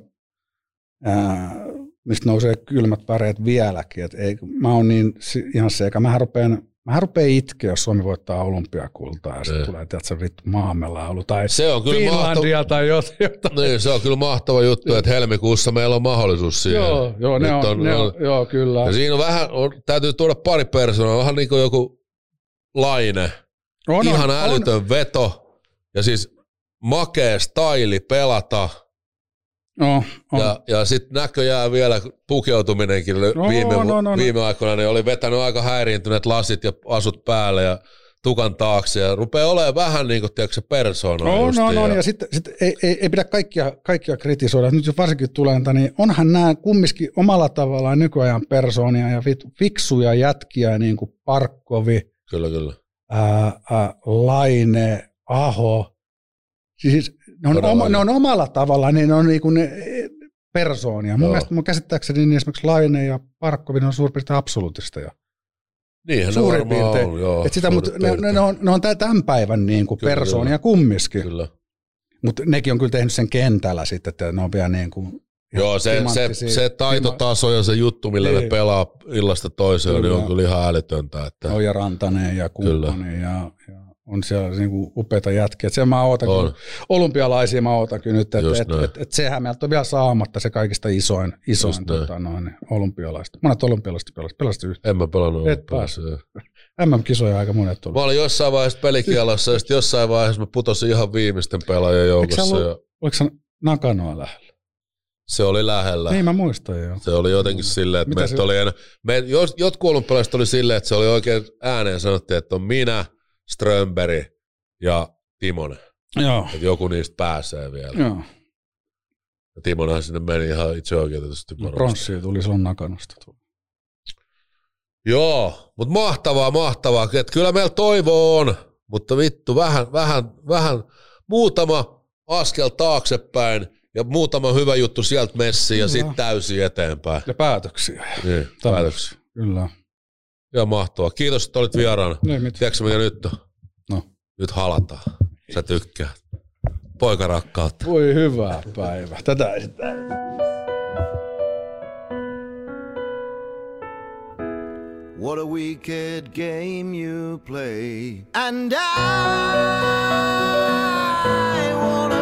ää, mistä nousee kylmät väreet vieläkin. Et ei, mä oon niin ihan sekä, mähän rupean, mähän rupean itkeä, jos Suomi voittaa olympiakultaa ja sitten tulee, tiedätkö, vittu Maamelaulu tai se on kyllä Finlandia mahtava, tai jotain. Niin, se on kyllä mahtava juttu, että helmikuussa meillä on mahdollisuus siihen. Joo, joo, ne on, on, ne on, joo kyllä. Ja siinä on vähän, on, täytyy tuoda pari persoonaa, vähän niin kuin joku Laine, on, ihan on, älytön on. veto ja siis makea staili pelata. No, ja, ja sitten näköjään vielä pukeutuminenkin no, viime, no, no, viime aikoina niin oli vetänyt aika häiriintyneet lasit ja asut päälle ja tukan taakse ja rupeaa olemaan vähän niin kuin tiedätkö, se persoona. No, no, no, ja, ja sitten sit ei, ei, ei pidä kaikkia, kaikkia kritisoida. Nyt jos varsinkin tulee, niin onhan nämä kumminkin omalla tavallaan nykyajan persoonia ja fiksuja jätkiä niin kuin Parkkovi, kyllä, kyllä. Ää, ää, Laine, Aho. Siis ne on, oma, ne on omalla tavallaan, niin ne on niinku ne persoonia. Mun Joo. mielestä mun käsittääkseni niin esimerkiksi Laine ja Parkkovi, ne on suurin piirtein absoluutista. Ja niinhän suurin ne varmaan piirtein. on, joo. Et sitä, mut ne, ne, ne, on, ne on tämän päivän niinku kyllä, persoonia kyllä. kumminkin. Mutta nekin on kyllä tehnyt sen kentällä sitten, että ne on vielä niin kuin joo, se, se, se taitotaso ja se juttu, millä niin. ne pelaa illasta toiseen, kyllä. niin on kyllä ihan älytöntä. Että Oija Rantanen ja kumppani ja, ja on siellä niinku upeita jätkiä. Sen mä ootan kyllä, olympialaisia mä ootan kyllä nyt, että et, et, et sehän meiltä on vielä saamatta se kaikista isoin, isoin tota, noin, olympialaista. Monet olympialaiset pelasit, pelasit yhtä. En mä pelannut olympialaisia. M M-kisoja aika monet ollut. Mä olin jossain vaiheessa pelikielassa ja sitten jossain vaiheessa mä putosin ihan viimeisten pelaajien joukossa. Ollut, ja oliko sä Nakanoa lähellä? Se oli lähellä. Niin mä muistan joo. Se oli jotenkin silleen, että meistä oli enää, me, jotkut olympialaiset oli silleen, että se oli oikein ääneen sanottiin, että on minä, Strömberg ja Timonen. Joo. Että joku niistä pääsee vielä. Joo. Ja Timonenhan sinne meni ihan itse oikeutetusti. No, pronssia tuli sun Nakanosta. Joo, mutta mahtavaa, mahtavaa. Että kyllä meillä toivo on, mutta vittu, vähän, vähän, vähän muutama askel taaksepäin ja muutama hyvä juttu sieltä messiin ja sitten täysin eteenpäin. Ja päätöksiä. Niin, päätöksiä. Kyllä. Joo, mahtavaa. Kiitos, että olit vieraana. Niin, tiedätkö mikä nyt on? No. Nyt halataan. Sä tykkäät. Poikarakkautta. Voi hyvää päivä. Tätä ei sitä. What a wicked game you play. And I wanna